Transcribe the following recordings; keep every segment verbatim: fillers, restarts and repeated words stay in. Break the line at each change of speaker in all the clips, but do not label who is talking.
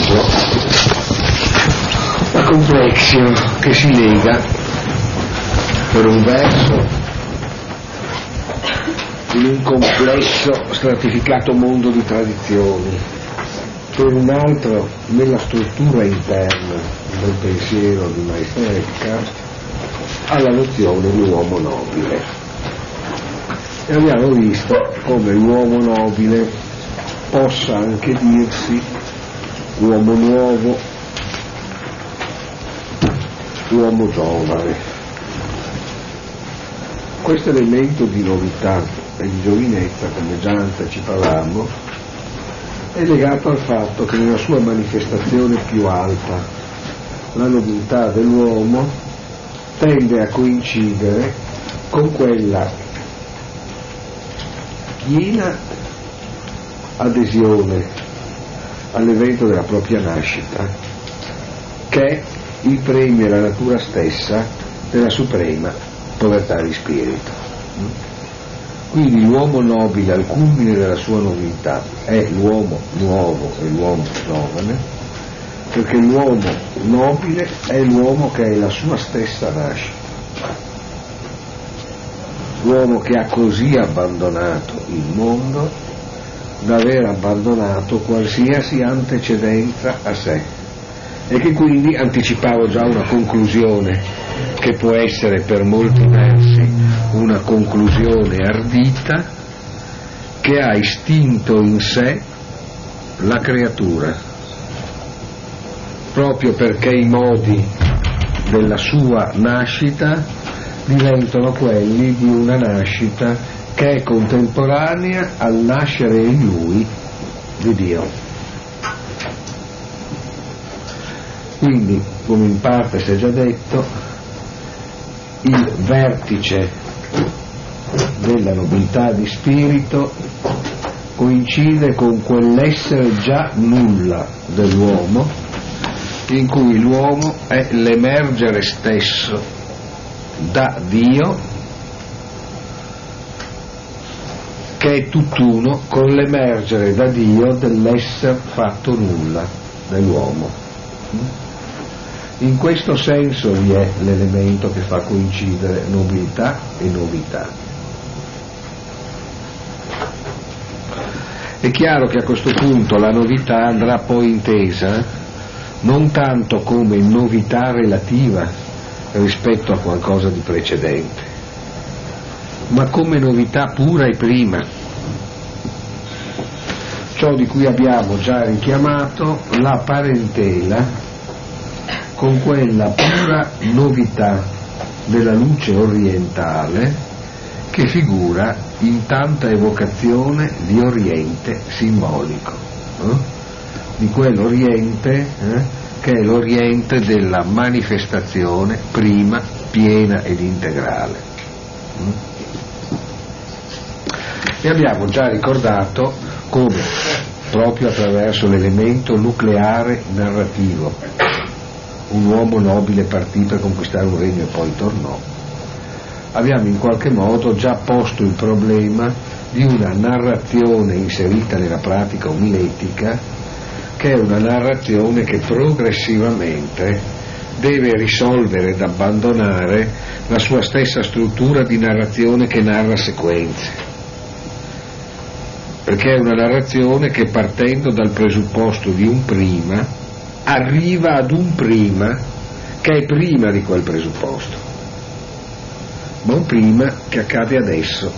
complesso, la complexio che si lega per un verso in un complesso stratificato mondo di tradizioni, per un altro nella struttura interna del pensiero di Maestro Eckhart alla nozione di uomo nobile. E abbiamo visto come l'uomo nobile possa anche dirsi uomo nuovo, uomo giovane. Questo elemento di novità e di giovinezza, come già anticipavamo, è legato al fatto che nella sua manifestazione più alta la nobiltà dell'uomo tende a coincidere con quella piena adesione all'evento della propria nascita, che è il premio e la natura stessa della suprema povertà di spirito. Quindi l'uomo nobile al culmine della sua nobiltà è l'uomo nuovo e l'uomo giovane, perché l'uomo nobile è l'uomo che è la sua stessa nascita, l'uomo che ha così abbandonato il mondo da aver abbandonato qualsiasi antecedenza a sé, e che quindi, anticipavo già una conclusione che può essere per molti versi una conclusione ardita, che ha istinto in sé la creatura, proprio perché i modi della sua nascita diventano quelli di una nascita che è contemporanea al nascere in lui di Dio. Quindi, come in parte si è già detto, il vertice della nobiltà di spirito coincide con quell'essere già nulla dell'uomo, in cui l'uomo è l'emergere stesso da Dio, che è tutt'uno con l'emergere da Dio dell'essere fatto nulla dell'uomo. In questo senso vi è l'elemento che fa coincidere nobiltà e novità. È chiaro che a questo punto la novità andrà poi intesa non tanto come novità relativa rispetto a qualcosa di precedente, ma come novità pura e prima, ciò di cui abbiamo già richiamato la parentela con quella pura novità della luce orientale che figura in tanta evocazione di Oriente simbolico, eh? di quell'Oriente eh? che è l'Oriente della manifestazione prima, piena ed integrale. E abbiamo già ricordato come proprio attraverso l'elemento nucleare narrativo un uomo nobile partì per conquistare un regno e poi tornò, abbiamo in qualche modo già posto il problema di una narrazione inserita nella pratica omiletica, che è una narrazione che progressivamente deve risolvere ed abbandonare la sua stessa struttura di narrazione che narra sequenze, perché è una narrazione che, partendo dal presupposto di un prima, arriva ad un prima che è prima di quel presupposto, ma un prima che accade adesso,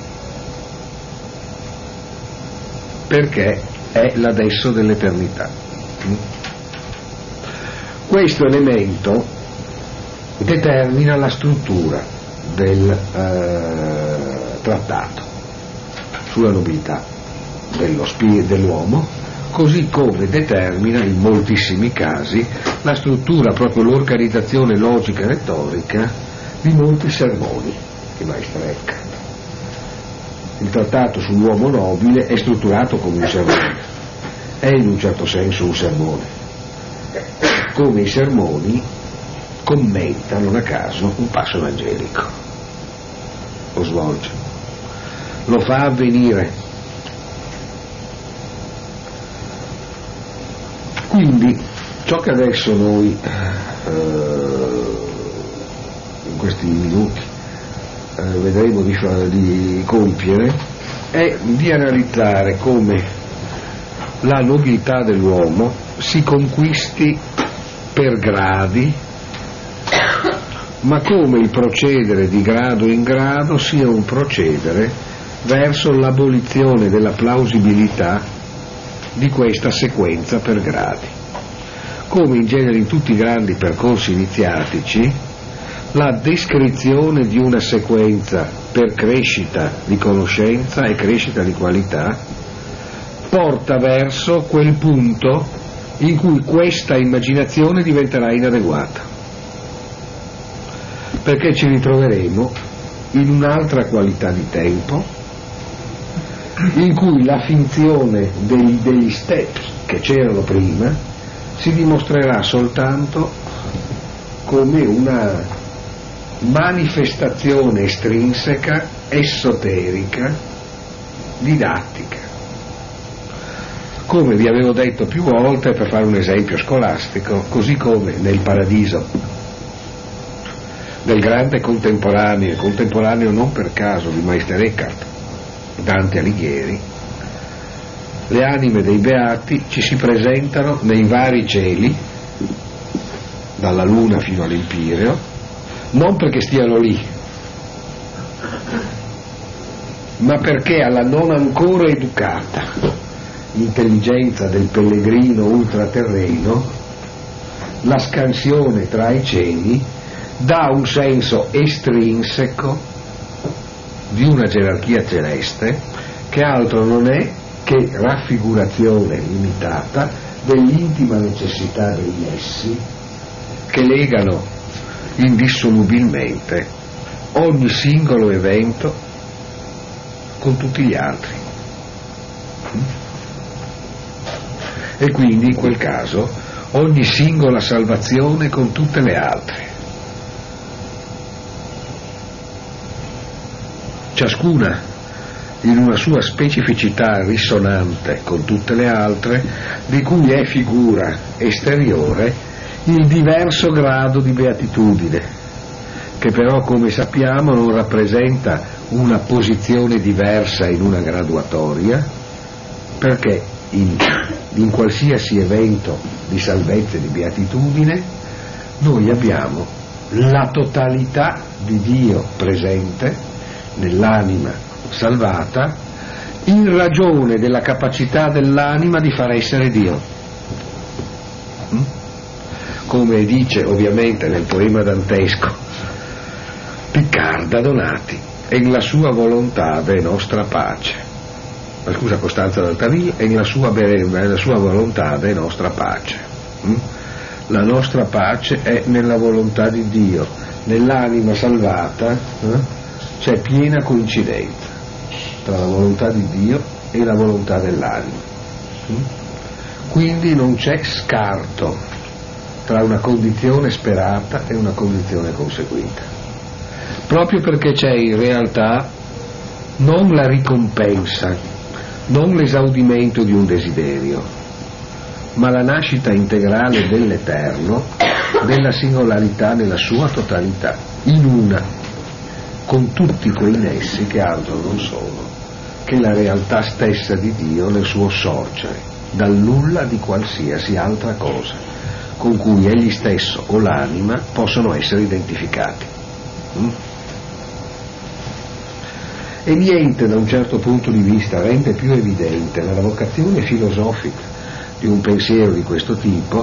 perché è l'adesso dell'eternità. Questo elemento determina la struttura del eh, trattato sulla nobiltà dello spirito dell'uomo, così come determina in moltissimi casi la struttura, proprio l'organizzazione logica e retorica di molti sermoni di Maestro Eckhart. Il trattato sull'uomo nobile è strutturato come un sermone, è in un certo senso un sermone, come i sermoni commenta non a caso un passo evangelico, lo svolge, lo fa avvenire. Quindi ciò che adesso noi eh, in questi minuti eh, vedremo di, di compiere è di analizzare come la nobiltà dell'uomo si conquisti per gradi, ma come il procedere di grado in grado sia un procedere verso l'abolizione della plausibilità di questa sequenza per gradi. Come in genere in tutti i grandi percorsi iniziatici, la descrizione di una sequenza per crescita di conoscenza e crescita di qualità porta verso quel punto in cui questa immaginazione diventerà inadeguata, perché ci ritroveremo in un'altra qualità di tempo in cui la finzione dei, degli steps che c'erano prima si dimostrerà soltanto come una manifestazione estrinseca, esoterica, didattica. Come vi avevo detto più volte, per fare un esempio scolastico, così come nel paradiso del grande contemporaneo, contemporaneo non per caso di Meister Eckhart, Dante Alighieri, le anime dei beati ci si presentano nei vari cieli, dalla luna fino all'Empireo, non perché stiano lì, ma perché alla non ancora educata intelligenza del pellegrino ultraterreno la scansione tra i cieli dà un senso estrinseco di una gerarchia celeste che altro non è che raffigurazione limitata dell'intima necessità degli essi che legano indissolubilmente ogni singolo evento con tutti gli altri. E quindi in quel caso ogni singola salvazione con tutte le altre, ciascuna in una sua specificità risonante con tutte le altre, di cui è figura esteriore il diverso grado di beatitudine, che però, come sappiamo, non rappresenta una posizione diversa in una graduatoria, perché in, in qualsiasi evento di salvezza e di beatitudine noi abbiamo la totalità di Dio presente nell'anima salvata in ragione della capacità dell'anima di far essere Dio. Mm? Come dice ovviamente nel poema dantesco Piccarda Donati, e la sua volontà è nostra pace. Ma scusa, Costanza d'Altavia, e la sua, la sua volontà è nostra pace. Mm? La nostra pace è nella volontà di Dio, nell'anima salvata eh? C'è piena coincidenza tra la volontà di Dio e la volontà dell'anima. Mm? Quindi non c'è scarto tra una condizione sperata e una condizione conseguita, proprio perché c'è in realtà non la ricompensa, non l'esaudimento di un desiderio, ma la nascita integrale dell'eterno, della singolarità nella sua totalità, in una, con tutti quei nessi che altro non sono che la realtà stessa di Dio nel suo sorgere dal nulla di qualsiasi altra cosa con cui egli stesso o l'anima possono essere identificati. Mm? E niente, da un certo punto di vista, rende più evidente la vocazione filosofica di un pensiero di questo tipo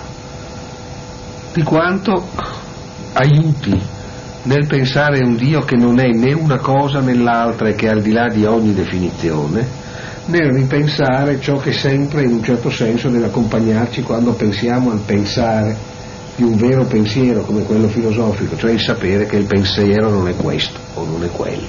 di quanto aiuti nel pensare a un Dio che non è né una cosa né l'altra e che è al di là di ogni definizione, nel ripensare ciò che sempre in un certo senso deve accompagnarci quando pensiamo al pensare di un vero pensiero come quello filosofico, cioè il sapere che il pensiero non è questo o non è quello,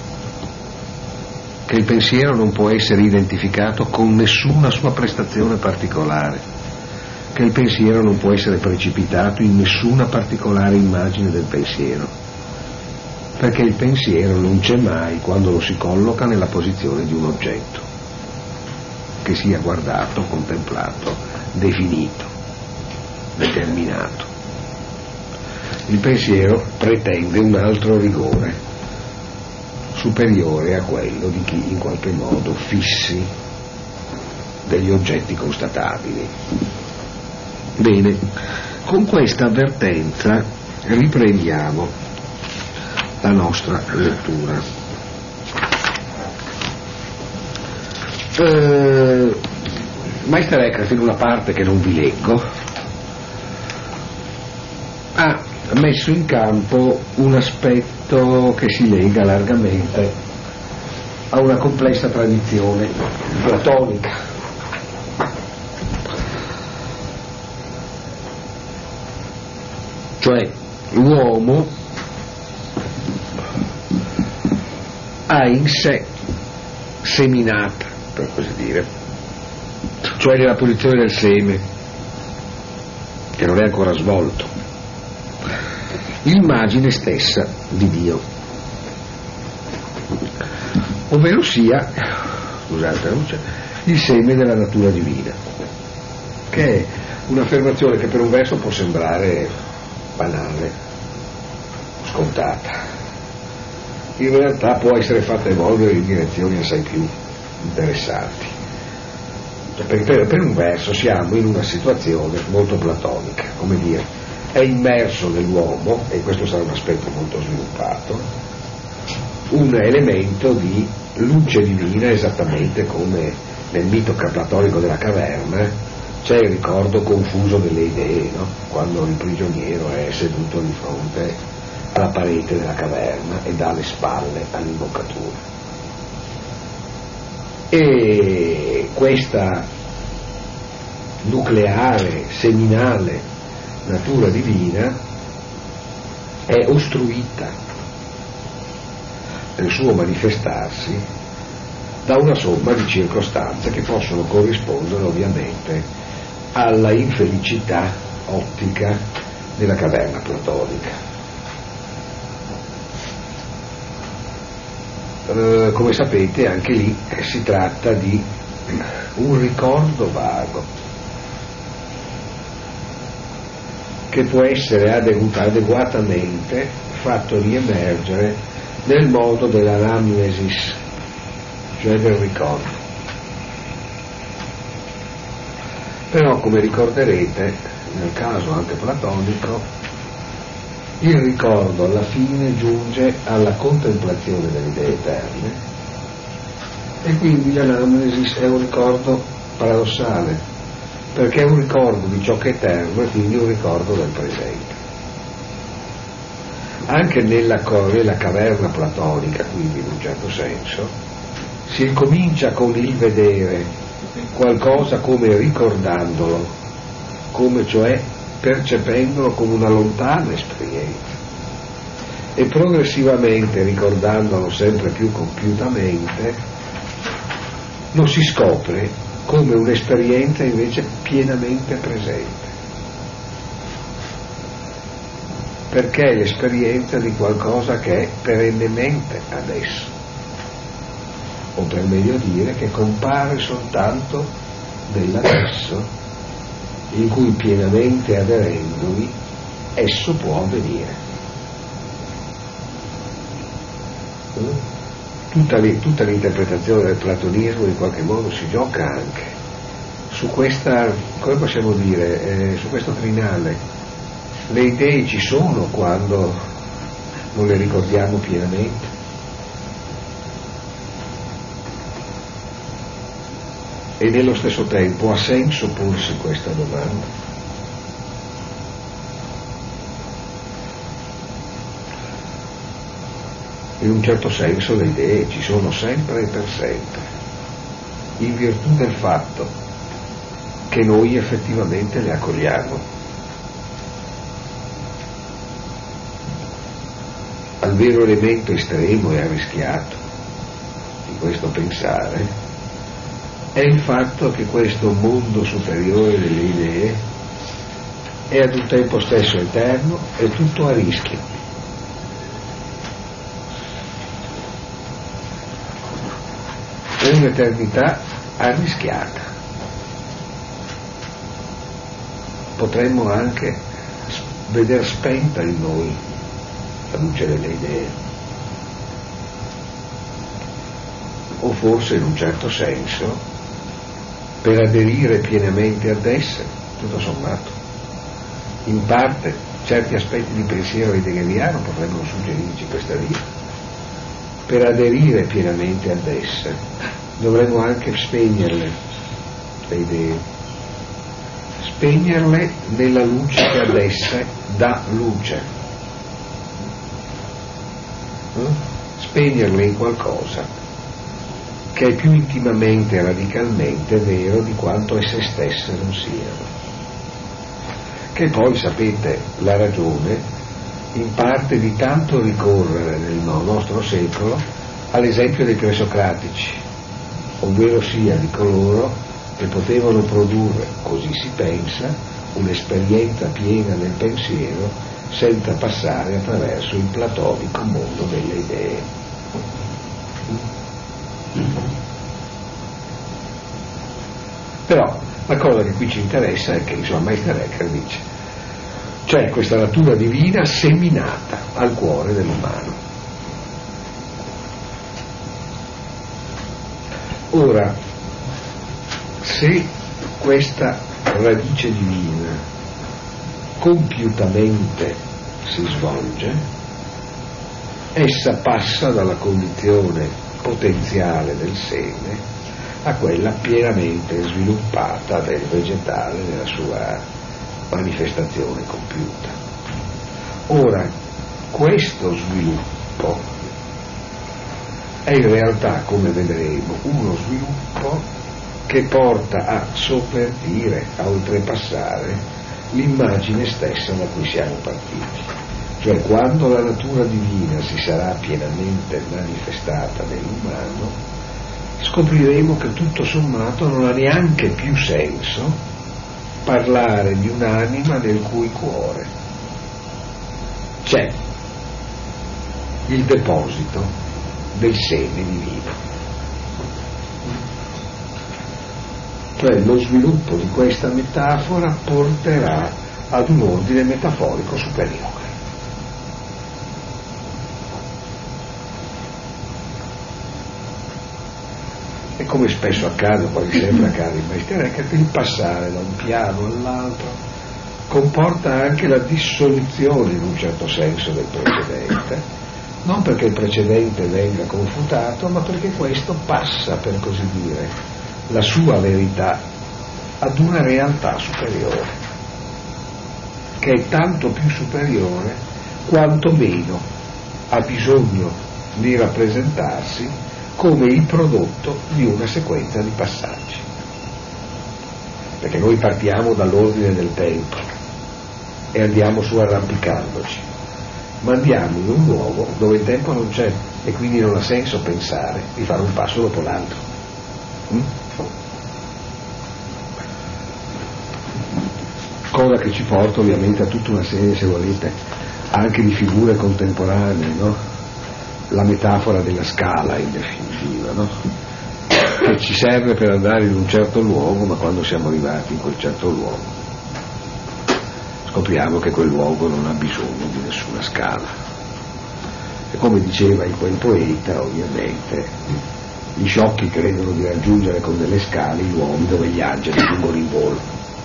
che il pensiero non può essere identificato con nessuna sua prestazione particolare, che il pensiero non può essere precipitato in nessuna particolare immagine del pensiero, perché il pensiero non c'è mai quando lo si colloca nella posizione di un oggetto. che sia guardato, contemplato, definito, determinato. Il pensiero pretende un altro rigore, superiore a quello di chi in qualche modo fissi degli oggetti constatabili. Bene, con questa avvertenza riprendiamo la nostra lettura. Eh, Meister Eckhart, in una parte che non vi leggo, ha messo in campo un aspetto che si lega largamente a una complessa tradizione platonica. Cioè l'uomo ha in sé seminata, per così dire, cioè nella posizione del seme che non è ancora svolto, l'immagine stessa di Dio, ovvero sia, scusate la luce, il seme della natura divina, che è un'affermazione che per un verso può sembrare banale, scontata, in realtà può essere fatta evolvere in direzioni assai più interessanti. Per, per, per un verso siamo in una situazione molto platonica, come dire, è immerso nell'uomo, e questo sarà un aspetto molto sviluppato, un elemento di luce divina, esattamente come nel mito platonico della caverna c'è il ricordo confuso delle idee, no? Quando il prigioniero è seduto di fronte alla parete della caverna e dà le spalle all'imboccatura. E questa nucleare, seminale natura divina è ostruita nel suo manifestarsi da una somma di circostanze che possono corrispondere ovviamente alla infelicità ottica della caverna platonica. Eh, come sapete, anche lì si tratta di un ricordo vago che può essere adeguatamente fatto riemergere nel modo dell'anamnesis, cioè del ricordo. Però, come ricorderete, nel caso anche platonico, il ricordo alla fine giunge alla contemplazione delle idee eterne, e quindi l'anamnesis è un ricordo paradossale, perché è un ricordo di ciò che è eterno e quindi un ricordo del presente. Anche nella, nella caverna platonica, quindi in un certo senso, si comincia con il vedere qualcosa come ricordandolo, come cioè percependolo come una lontana esperienza, e progressivamente ricordandolo sempre più compiutamente lo si scopre come un'esperienza invece pienamente presente, perché è l'esperienza di qualcosa che è perennemente adesso, o per meglio dire che compare soltanto nell'adesso in cui pienamente aderendovi esso può avvenire. Tutta, le, tutta l'interpretazione del platonismo in qualche modo si gioca anche su questa, come possiamo dire, eh, su questo trinale. Le idee ci sono quando non le ricordiamo pienamente, e nello stesso tempo ha senso porsi questa domanda. In un certo senso le idee ci sono sempre e per sempre, in virtù del fatto che noi effettivamente le accogliamo. Al vero elemento estremo e arrischiato di questo pensare è il fatto che questo mondo superiore delle idee è ad un tempo stesso eterno e tutto a rischio. È un'eternità arrischiata. Potremmo anche veder spenta in noi la luce delle idee, o forse in un certo senso per aderire pienamente ad esse, tutto sommato, in parte certi aspetti di pensiero heideggeriano potrebbero suggerirci questa via. Per aderire pienamente ad esse dovremmo anche spegnerle le idee, spegnerle nella luce che ad esse dà luce, spegnerle in qualcosa che è più intimamente e radicalmente vero di quanto esse stesse non siano. Che poi, sapete, la ragione in parte di tanto ricorrere nel nostro secolo all'esempio dei presocratici, ovvero sia di coloro che potevano produrre, così si pensa, un'esperienza piena nel pensiero senza passare attraverso il platonico mondo delle idee. Però la cosa che qui ci interessa è che, insomma, Meister Eckhart dice c'è questa natura divina seminata al cuore dell'umano. Ora, se questa radice divina compiutamente si svolge, essa passa dalla condizione potenziale del seme a quella pienamente sviluppata del vegetale nella sua manifestazione compiuta. Ora, questo sviluppo è in realtà, come vedremo, uno sviluppo che porta a sovvertire, a oltrepassare l'immagine stessa da cui siamo partiti. Cioè, quando la natura divina si sarà pienamente manifestata nell'umano, scopriremo che tutto sommato non ha neanche più senso parlare di un'anima nel cui cuore c'è il deposito del seme divino. Cioè, lo sviluppo di questa metafora porterà ad un ordine metaforico superiore. E come spesso accade, quasi sempre accade in Meister Eckhart, il passare da un piano all'altro comporta anche la dissoluzione in un certo senso del precedente, non perché il precedente venga confutato, ma perché questo passa, per così dire, la sua verità ad una realtà superiore, che è tanto più superiore quanto meno ha bisogno di rappresentarsi come il prodotto di una sequenza di passaggi. Perché noi partiamo dall'ordine del tempo e andiamo su arrampicandoci, ma andiamo in un luogo dove il tempo non c'è e quindi non ha senso pensare di fare un passo dopo l'altro. Mm? Cosa che ci porta ovviamente a tutta una serie, se volete, anche di figure contemporanee, no? La metafora della scala, in definitiva, no? Che ci serve per andare in un certo luogo, ma quando siamo arrivati in quel certo luogo scopriamo che quel luogo non ha bisogno di nessuna scala. E come diceva in quel poeta, ovviamente, gli sciocchi credono di raggiungere con delle scale i luoghi dove gli angeli giungono in volo.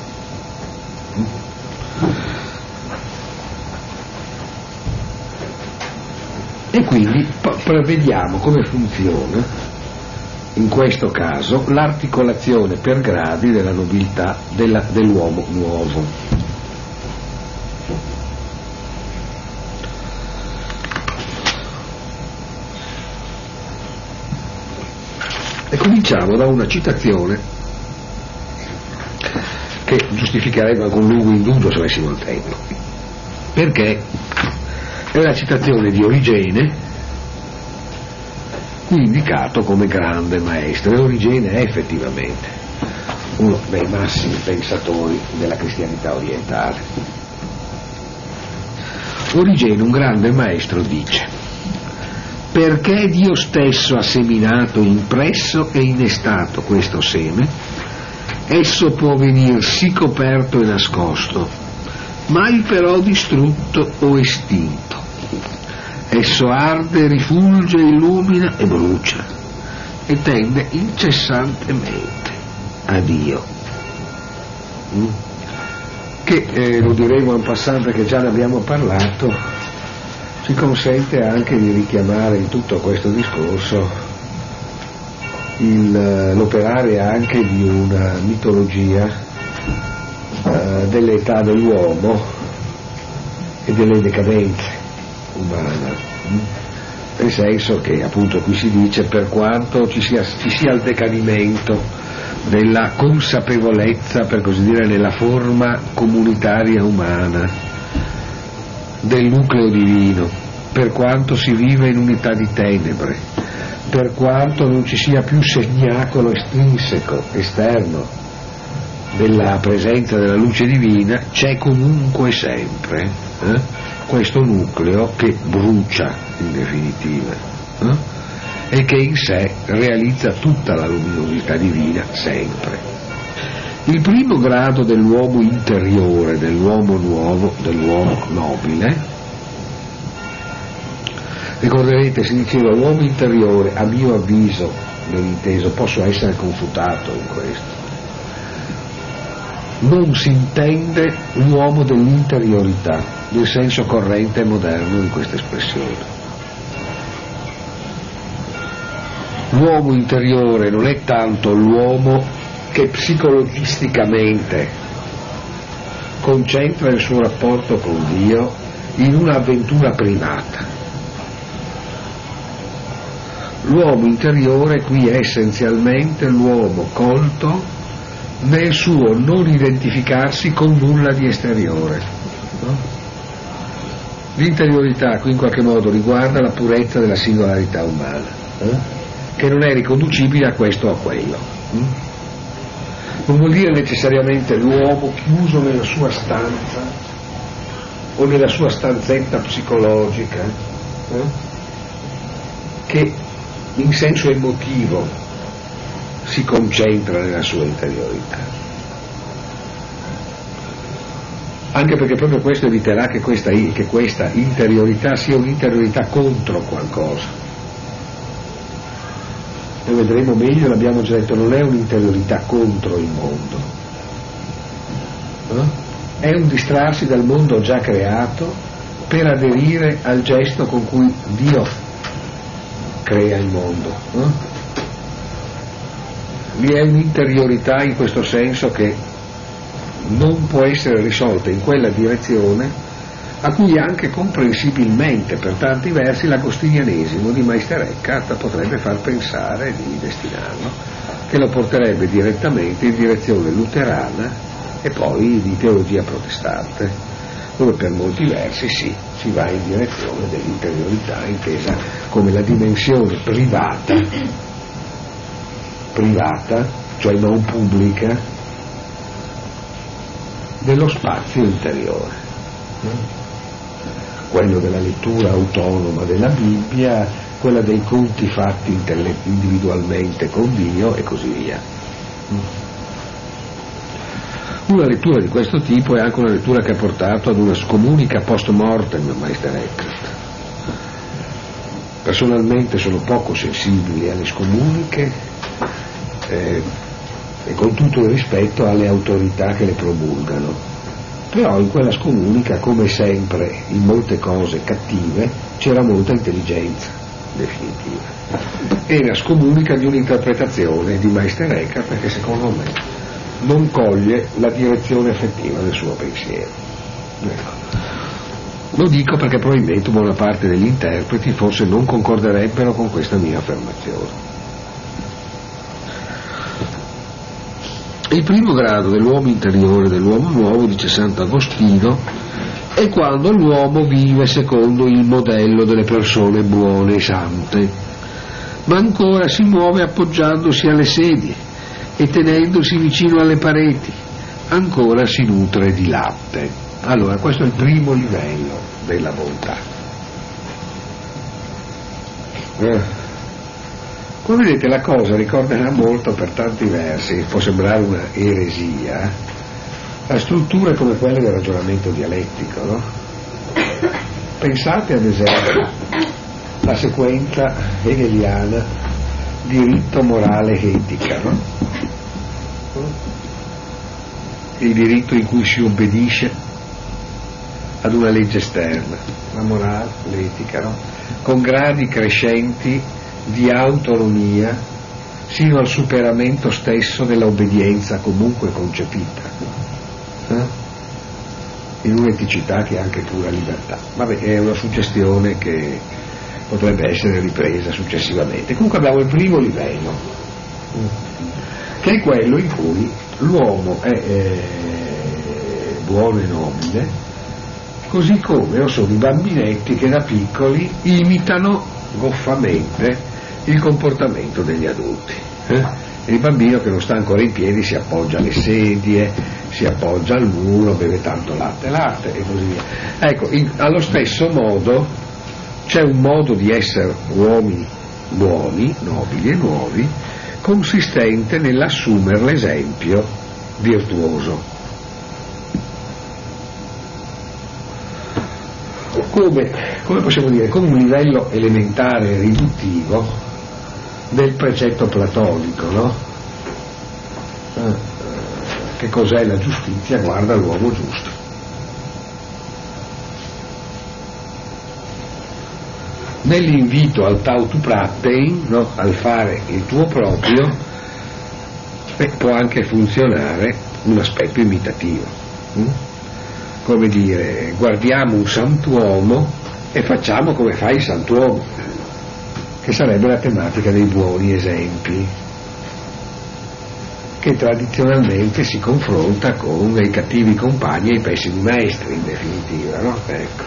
E quindi prevediamo come funziona in questo caso l'articolazione per gradi della nobiltà della, dell'uomo nuovo. E cominciamo da una citazione che giustificherebbe anche un lungo indugio se avessimo il tempo, perché è la citazione di Origene, qui indicato come grande maestro, e Origene è effettivamente uno dei massimi pensatori della cristianità orientale. Origene, un grande maestro, dice: perché Dio stesso ha seminato, impresso e innestato questo seme, esso può venir sì coperto e nascosto, mai però distrutto o estinto. Esso arde, rifulge, illumina e brucia e tende incessantemente a Dio. Mm? Che, eh, lo diremo en passant perché già ne abbiamo parlato, ci consente anche di richiamare in tutto questo discorso il, l'operare anche di una mitologia eh, dell'età dell'uomo e delle decadenze umane, nel senso che appunto qui si dice per quanto ci sia, ci sia il decadimento della consapevolezza, per così dire, nella forma comunitaria umana del nucleo divino, per quanto si vive in unità di tenebre, per quanto non ci sia più segnacolo estrinseco, esterno della presenza della luce divina, c'è comunque sempre eh, questo nucleo che brucia in definitiva eh, e che in sé realizza tutta la luminosità divina sempre. Il primo grado dell'uomo interiore, dell'uomo nuovo, dell'uomo nobile, ricorderete, si diceva l'uomo interiore, a mio avviso, ben inteso, posso essere confutato in questo, non si intende l'uomo dell'interiorità nel senso corrente e moderno di questa espressione. L'uomo interiore non è tanto l'uomo che psicologisticamente concentra il suo rapporto con Dio in un'avventura privata. L'uomo interiore qui è essenzialmente l'uomo colto nel suo non identificarsi con nulla di esteriore. No? L'interiorità qui in qualche modo riguarda la purezza della singolarità umana, eh? che non è riconducibile a questo o a quello. Mm? Non vuol dire necessariamente l'uomo chiuso nella sua stanza o nella sua stanzetta psicologica, eh? che in senso emotivo si concentra nella sua interiorità. Anche perché proprio questo eviterà che questa, che questa interiorità sia un'interiorità contro qualcosa. Noi vedremo meglio, l'abbiamo già detto, non è un'interiorità contro il mondo, no? È un distrarsi dal mondo già creato per aderire al gesto con cui Dio crea il mondo, no? Vi è un'interiorità in questo senso che non può essere risolta in quella direzione a cui anche comprensibilmente per tanti versi l'agostinianesimo di Meister Eckhart potrebbe far pensare di destinarlo, che lo porterebbe direttamente in direzione luterana e poi di teologia protestante, dove per molti versi sì, si va in direzione dell'interiorità intesa come la dimensione privata privata, cioè non pubblica, dello spazio interiore, quello della lettura autonoma della Bibbia, quella dei conti fatti individualmente con Dio e così via. Una lettura di questo tipo è anche una lettura che ha portato ad una scomunica post mortem Meister Eckhart. Personalmente sono poco sensibile alle scomuniche eh, e con tutto il rispetto alle autorità che le promulgano, però in quella scomunica, come sempre in molte cose cattive, c'era molta intelligenza definitiva. È la scomunica di un'interpretazione di Meister Eckhart perché secondo me non coglie la direzione effettiva del suo pensiero. Ecco. Lo dico perché probabilmente buona parte degli interpreti forse non concorderebbero con questa mia affermazione. Il primo grado dell'uomo interiore, dell'uomo nuovo, dice Sant'Agostino, è quando l'uomo vive secondo il modello delle persone buone e sante, ma ancora si muove appoggiandosi alle sedie e tenendosi vicino alle pareti, ancora si nutre di latte. Allora, questo è il primo livello della bontà. Eh. Come vedete la cosa ricorderà molto per tanti versi, può sembrare una eresia, a strutture come quelle del ragionamento dialettico, no? Pensate ad esempio la sequenza hegeliana diritto, morale, etica, no? Il diritto in cui si obbedisce ad una legge esterna, la morale, l'etica, no? Con gradi crescenti di autonomia sino al superamento stesso dell'obbedienza comunque concepita, eh? In un'eticità che è anche pura libertà. Vabbè, è una suggestione che potrebbe essere ripresa successivamente. Comunque abbiamo il primo livello, che è quello in cui l'uomo è eh, buono e nobile, così come lo sono i bambinetti che da piccoli imitano goffamente il comportamento degli adulti. Eh? E il bambino che non sta ancora in piedi si appoggia alle sedie, si appoggia al muro, beve tanto latte latte e così via. Ecco, in, allo stesso modo c'è un modo di essere uomini buoni, nobili e nuovi, consistente nell'assumere l'esempio virtuoso. Come, come possiamo dire, come un livello elementare e riduttivo del precetto platonico, no? Eh, che cos'è la giustizia? Guarda l'uomo giusto. Nell'invito al tautu pratein, no? Al fare il tuo proprio, beh, può anche funzionare un aspetto imitativo. Hm? Come dire, guardiamo un santuomo e facciamo come fa il santuomo, che sarebbe la tematica dei buoni esempi, che tradizionalmente si confronta con i cattivi compagni e i pessimi maestri, in definitiva, no? Ecco.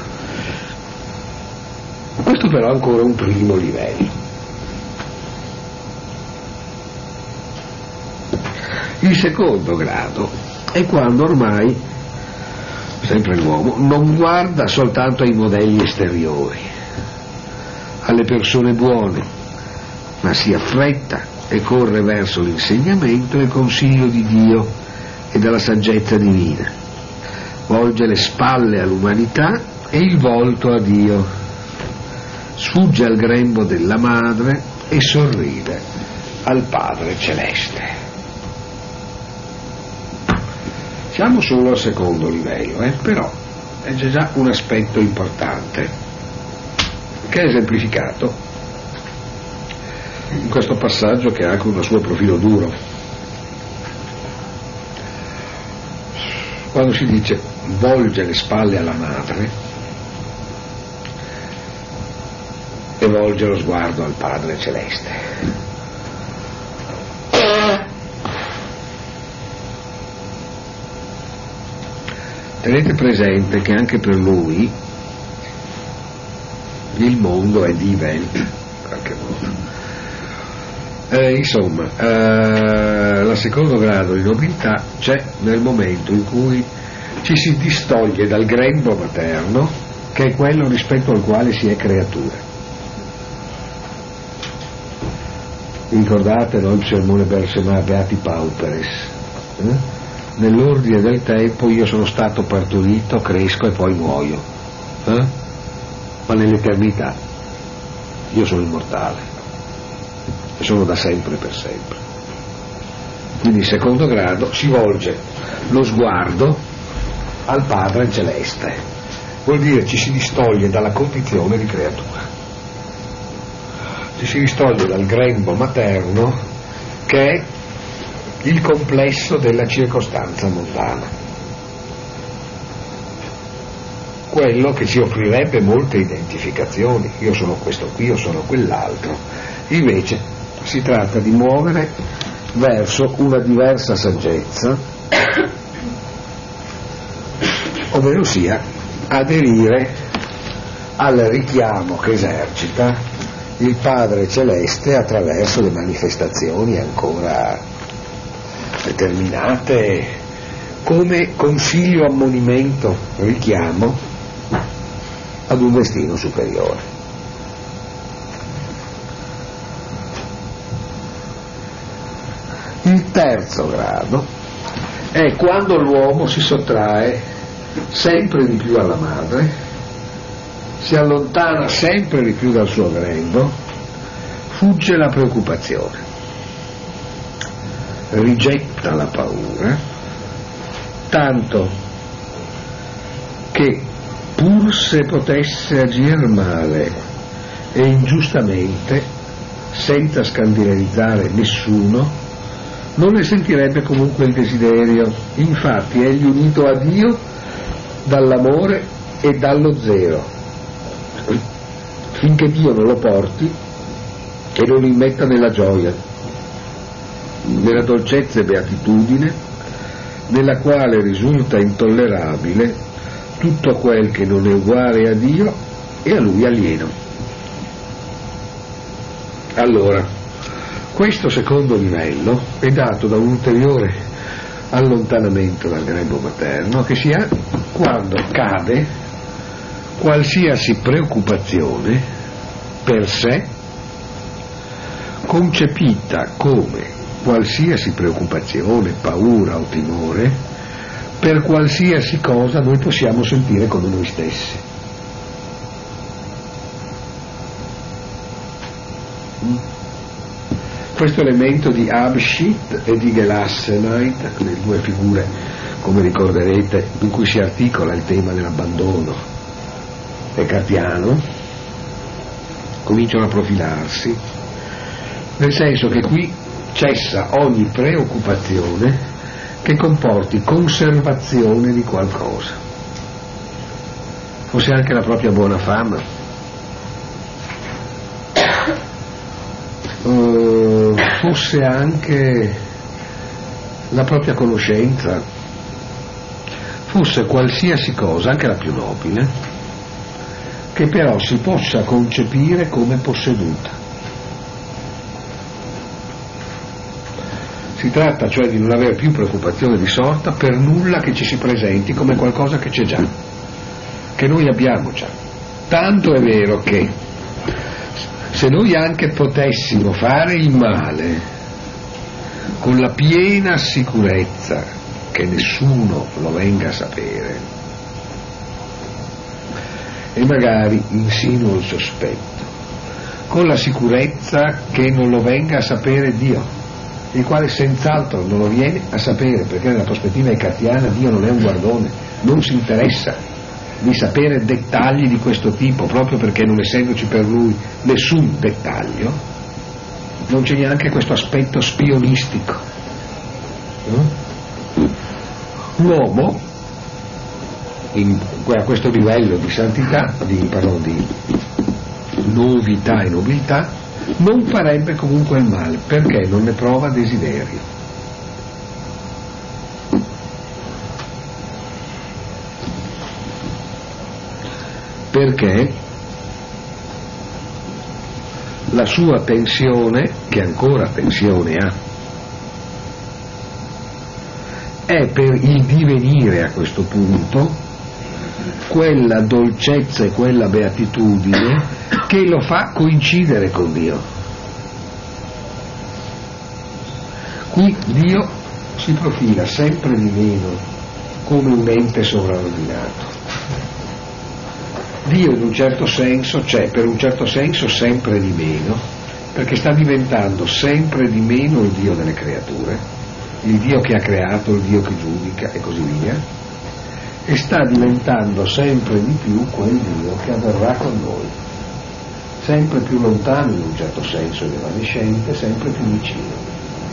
Questo però è ancora un primo livello. Il secondo grado è quando ormai, sempre l'uomo, non guarda soltanto ai modelli esteriori, alle persone buone, ma si affretta e corre verso l'insegnamento e il consiglio di Dio e della saggezza divina, volge le spalle all'umanità e il volto a Dio, sfugge al grembo della madre e sorride al Padre Celeste. Siamo solo al secondo livello, eh? Però è già un aspetto importante che è esemplificato in questo passaggio, che ha anche un suo profilo duro, quando si dice volge le spalle alla madre e volge lo sguardo al Padre Celeste. Tenete presente che anche per lui il mondo è die Welt, in qualche modo. Eh, insomma, eh, il secondo grado di nobiltà c'è nel momento in cui ci si distoglie dal grembo materno, che è quello rispetto al quale si è creatura. Ricordate, no, il sermone Bersema Beati Pauperes? Eh? Nell'ordine del tempo io sono stato partorito, cresco e poi muoio. Eh? Ma nell'eternità io sono immortale e sono da sempre per sempre. Quindi in secondo grado si volge lo sguardo al Padre Celeste, vuol dire ci si distoglie dalla condizione di creatura, ci si distoglie dal grembo materno che è il complesso della circostanza mondana, quello che ci offrirebbe molte identificazioni, io sono questo qui, io sono quell'altro. Invece si tratta di muovere verso una diversa saggezza, ovvero sia aderire al richiamo che esercita il Padre Celeste attraverso le manifestazioni ancora determinate come consiglio, ammonimento, richiamo ad un destino superiore. terzo grado è quando l'uomo si sottrae sempre di più alla madre, si allontana sempre di più dal suo grembo, fugge la preoccupazione, rigetta la paura, tanto che pur se potesse agire male e ingiustamente, senza scandalizzare nessuno, non ne sentirebbe comunque il desiderio. Infatti egli unito a Dio dall'amore e dallo zelo, finché Dio non lo porti e non lo immetta nella gioia, nella dolcezza e beatitudine, nella quale risulta intollerabile tutto quel che non è uguale a Dio e a Lui alieno. Allora, questo secondo livello è dato da un ulteriore allontanamento dal grembo materno che si ha quando cade qualsiasi preoccupazione per sé, concepita come qualsiasi preoccupazione, paura o timore per qualsiasi cosa noi possiamo sentire come noi stessi. Questo elemento di Abshit e di Gelassenheit, le due figure, come ricorderete, in cui si articola il tema dell'abbandono decartiano, cominciano a profilarsi, nel senso che qui cessa ogni preoccupazione che comporti conservazione di qualcosa, fosse anche la propria buona fama, uh, fosse anche la propria conoscenza, fosse qualsiasi cosa, anche la più nobile, che però si possa concepire come posseduta. Si tratta cioè di non avere più preoccupazione di sorta per nulla che ci si presenti come qualcosa che c'è già, che noi abbiamo già. Tanto è vero che se noi anche potessimo fare il male con la piena sicurezza che nessuno lo venga a sapere, e magari insinuo il sospetto, con la sicurezza che non lo venga a sapere Dio, il quale senz'altro non lo viene a sapere, perché nella prospettiva eccartiana Dio non è un guardone, non si interessa di sapere dettagli di questo tipo, proprio perché non essendoci per lui nessun dettaglio, non c'è neanche questo aspetto spionistico. L'uomo in, a questo livello di santità, di, pardon, di novità e nobiltà, non farebbe comunque il male, perché non ne prova desiderio. Perché la sua tensione, che ancora tensione ha, è per il divenire a questo punto quella dolcezza e quella beatitudine che lo fa coincidere con Dio. Qui Dio si profila sempre di meno come un ente sovraordinato. Dio in un certo senso c'è, per un certo senso sempre di meno, perché sta diventando sempre di meno il Dio delle creature, il Dio che ha creato, il Dio che giudica e così via, e sta diventando sempre di più quel Dio che avverrà con noi, sempre più lontano in un certo senso ed evanescente, sempre più vicino.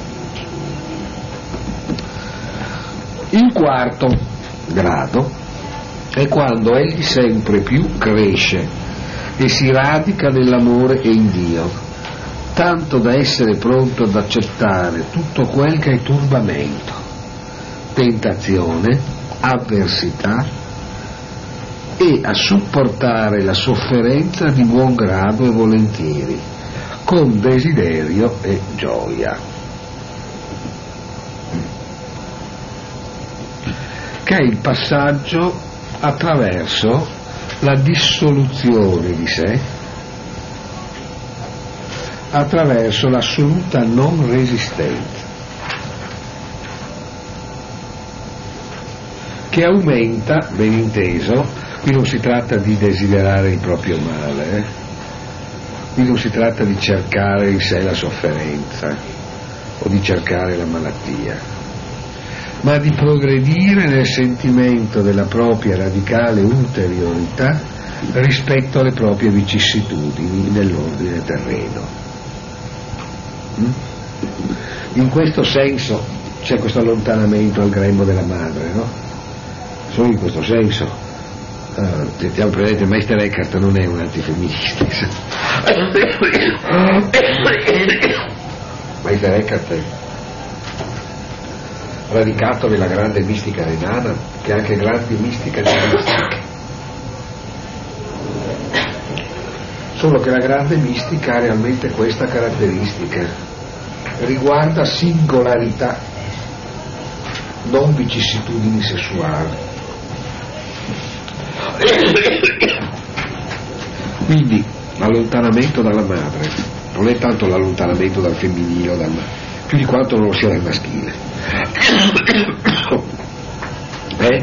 Il quarto grado è quando egli sempre più cresce e si radica nell'amore e in Dio, tanto da essere pronto ad accettare tutto quel che è turbamento, tentazione, avversità, e a supportare la sofferenza di buon grado e volentieri, con desiderio e gioia. Che è il passaggio attraverso la dissoluzione di sé, attraverso l'assoluta non resistenza. che aumenta, ben inteso, qui non si tratta di desiderare il proprio male, eh? Qui non si tratta di cercare in sé la sofferenza o di cercare la malattia, ma di progredire nel sentimento della propria radicale ulteriorità rispetto alle proprie vicissitudini nell'ordine terreno. In questo senso c'è questo allontanamento al grembo della madre, no? Solo in questo senso. Uh, teniamo presente, il Meister Eckhart non è un antifemminista. Meister Eckhart è radicato nella grande mistica renana, che è anche grande mistica di mistica. Solo che la grande mistica ha realmente questa caratteristica: riguarda singolarità, non vicissitudini sessuali. Quindi l'allontanamento dalla madre non è tanto l'allontanamento dal femminile o dal, più di quanto non lo sia dal maschile, è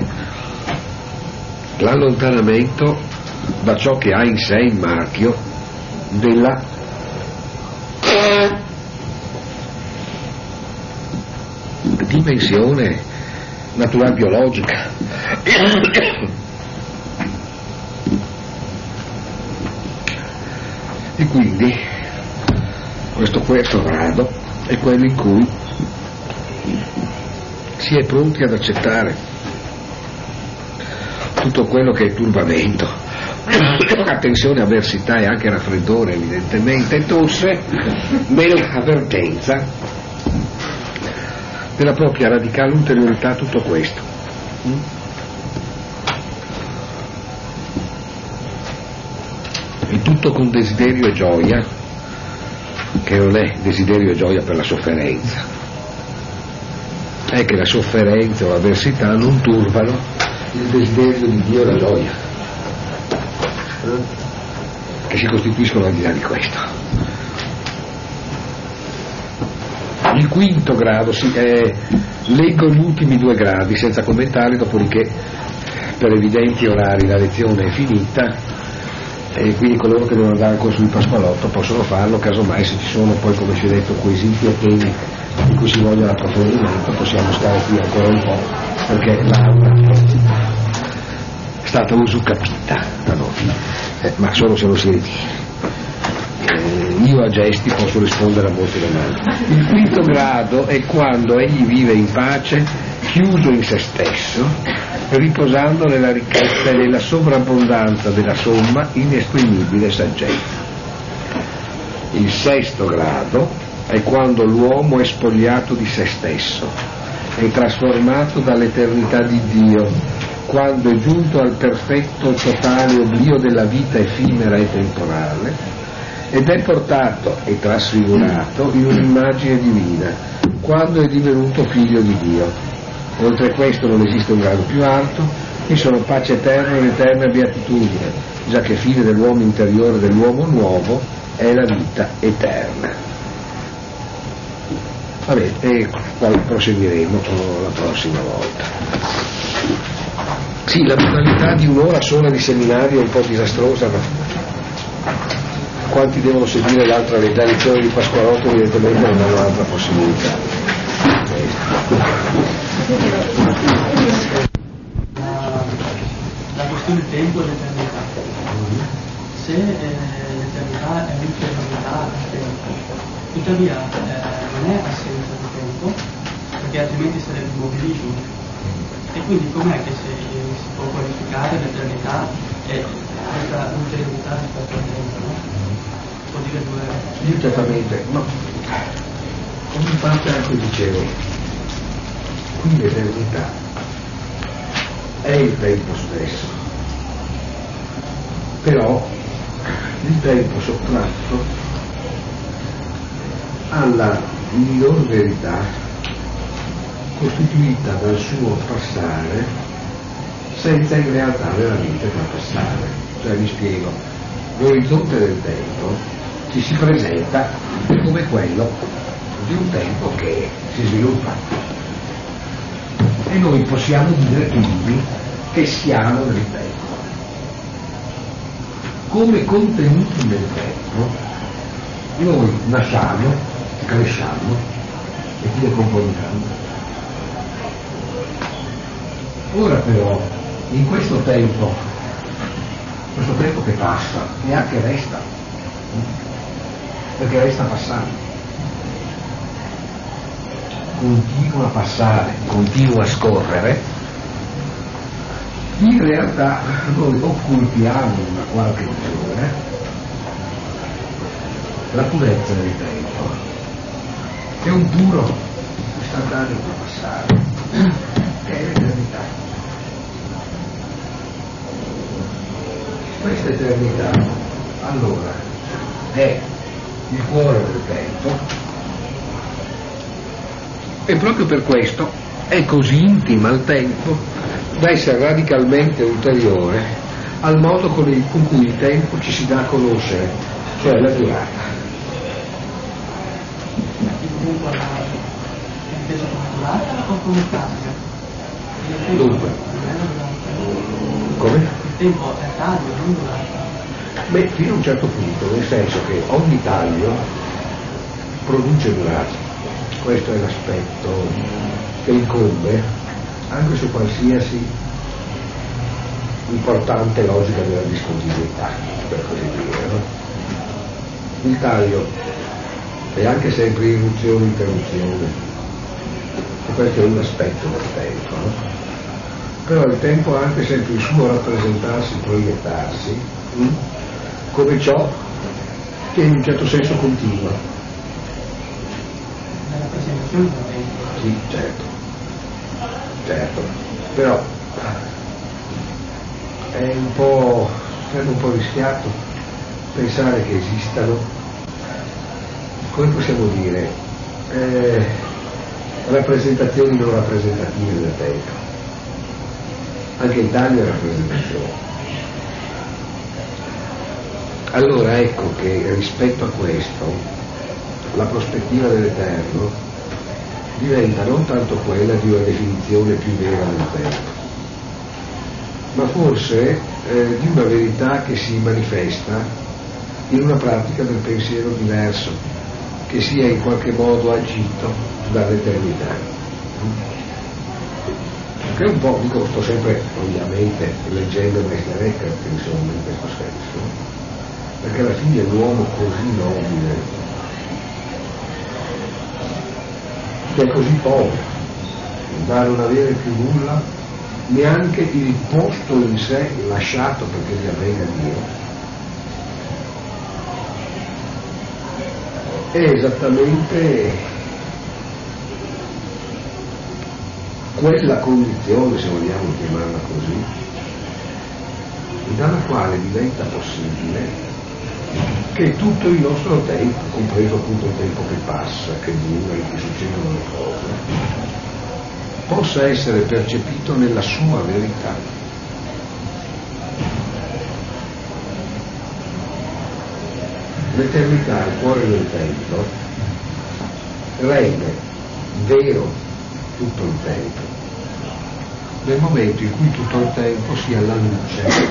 l'allontanamento da ciò che ha in sé il marchio della dimensione naturale biologica. E quindi questo quarto grado è quello in cui si è pronti ad accettare tutto quello che è turbamento, attenzione, avversità e anche raffreddore, evidentemente, tosse, nell'avvertenza della propria radicale ulteriorità a tutto questo. E tutto con desiderio e gioia, che non è desiderio e gioia per la sofferenza, è che la sofferenza o l'avversità non turbano il desiderio di Dio e la gioia, che si costituiscono al di là di questo. Il quinto grado, sì, eh, leggo gli ultimi due gradi senza commentari, dopodiché per evidenti orari la lezione è finita e quindi coloro che devono andare ancora sul Pasqualotto possono farlo, casomai se ci sono poi, come si è detto, quesiti o temi di cui si voglia l'approfondimento possiamo stare qui ancora un po', perché l'aula è stata usucapita da noi, eh, ma solo se lo si ritiene. Eh, io a gesti posso rispondere a molte domande. Il quinto grado è quando egli vive in pace, chiuso in se stesso, riposando nella ricchezza e nella sovrabbondanza della somma inesprimibile saggezza. Il sesto grado è quando l'uomo è spogliato di se stesso, è trasformato dall'eternità di Dio, quando è giunto al perfetto totale oblio della vita effimera e temporale, ed è portato e trasfigurato in un'immagine divina, quando è divenuto figlio di Dio. Oltre questo non esiste un grado più alto, qui sono pace eterna ed eterna beatitudine, già che fine dell'uomo interiore dell'uomo nuovo è la vita eterna. Vabbè, e poi proseguiremo la prossima volta. Sì, la modalità di un'ora sola di seminario è un po' disastrosa, ma quanti devono seguire l'altra la lezione di Pasqualotto evidentemente non hanno altra possibilità.
La questione tempo e l'eternità. Se eh, l'eternità è l'inferiorità al tempo, tuttavia eh, non è assenza di tempo, perché altrimenti sarebbe immobilismo. E quindi com'è che si, si può qualificare l'eternità e questa ulteriorità rispetto al tempo? No? Può dire due.
Certamente, ma come parte anche dicevo, qui l'eternità è il tempo stesso, però il tempo sottratto alla miglior verità costituita dal suo passare senza in realtà veramente trapassare. Cioè, vi spiego, l'orizzonte del tempo ci si presenta come quello di un tempo che si sviluppa, E noi possiamo dire quindi che siamo nel tempo. Come contenuti nel tempo, noi nasciamo, cresciamo e ci decomponiamo. Ora però, in questo tempo, questo tempo che passa e anche resta, perché resta passando, continua a passare, continua a scorrere, in realtà noi occultiamo in una qualche misura la purezza del tempo, che è un puro istantaneo da passare, che è l'eternità. Questa eternità allora è il cuore del tempo e proprio per questo è così intima al tempo da essere radicalmente ulteriore al modo con, il, con cui il tempo ci si dà a conoscere, cioè la durata.
Comunque è inteso come durata o come taglio?
Dunque, come?
Il tempo è taglio, non durata.
Beh, fino a un certo punto, nel senso che ogni taglio produce durata. Questo è l'aspetto che incombe anche su qualsiasi importante logica della discontinuità, per così dire, no? Il taglio è anche sempre irruzione, interruzione, e questo è un aspetto del tempo, no? Però il tempo ha anche sempre il suo rappresentarsi, proiettarsi, hm? come ciò che in un certo senso continua.
La rappresentazione del tempo.
Sì, certo, certo, però è un po', sarebbe un po' rischiato pensare che esistano, come possiamo dire, eh, rappresentazioni non rappresentative del tempo. Anche il taglio è rappresentazione. Allora ecco che rispetto a questo la prospettiva dell'eterno diventa non tanto quella di una definizione più vera del tempo, ma forse eh, di una verità che si manifesta in una pratica del pensiero diverso, che sia in qualche modo agito dall'eternità. Che è un po', dico, sto sempre ovviamente leggendo Meister Eckhart, insomma, in questo senso, perché alla fine l'uomo così nobile, che è così povero da non avere più nulla, neanche il posto in sé lasciato perché gli avvenga Dio, è esattamente quella condizione, se vogliamo chiamarla così, dalla quale diventa possibile che tutto il nostro tempo, compreso appunto il tempo che passa, che dura, in cui succedono le cose, possa essere percepito nella sua verità. L'eternità, il cuore del tempo, rende vero tutto il tempo, nel momento in cui tutto il tempo sia alla luce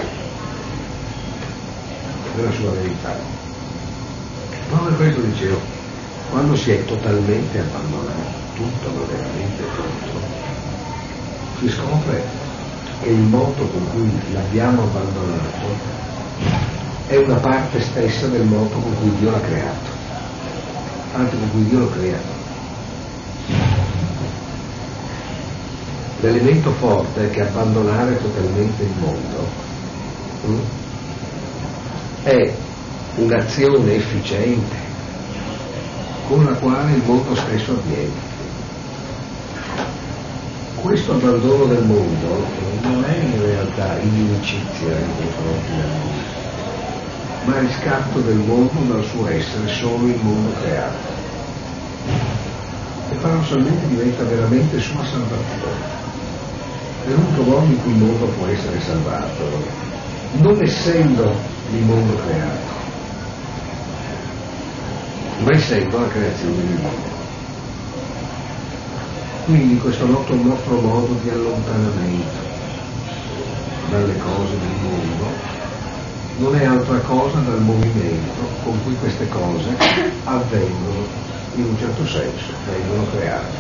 della sua verità. Proprio per questo dicevo, quando si è totalmente abbandonato, tutto, ma veramente tutto, si scopre che il modo con cui l'abbiamo abbandonato è una parte stessa del modo con cui Dio l'ha creato, anche con cui Dio lo crea. L'elemento forte è che abbandonare totalmente il mondo hm, è un'azione efficiente con la quale il mondo stesso avviene. Questo abbandono del mondo non è in realtà inimicizia nei confronti del mondo, ma riscatto del mondo dal suo essere solo il mondo creato, e paradossalmente diventa veramente sua salvazione. È l'unico modo in cui il mondo può essere salvato, non essendo il mondo creato, ma essendo la creazione di Dio. Quindi questo nostro, nostro modo di allontanamento dalle cose del mondo non è altra cosa dal movimento con cui queste cose avvengono, in un certo senso, vengono create.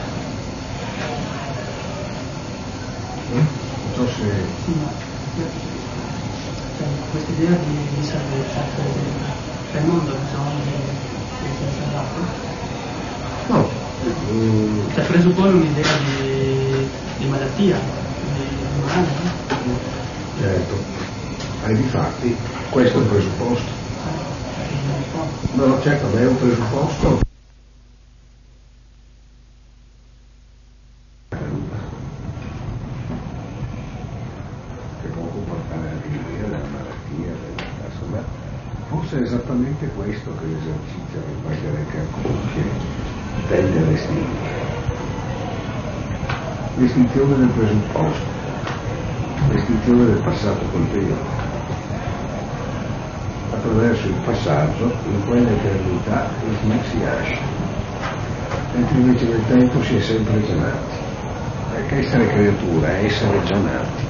Eh? Non so se...
Sì, ma cioè, questa idea di, di salvezza, cioè il mondo bisogna di essere salvato?
No. Mm.
Cioè presuppone un'idea di, di malattia, di male, no?
Certo, e difatti questo è il presupposto. No, no, certo, ma è un presupposto. Che può comportare anche l'idea della malattia, insomma, forse è esattamente questo che l'esercizio del Bhagavad compie, tende a estinguere. L'estinzione del presupposto, l'estinzione del passato colpevole, attraverso il passaggio in quell'eternità in cui si nasce, mentre invece nel tempo si è sempre già nati, perché essere creatura è essere già nati.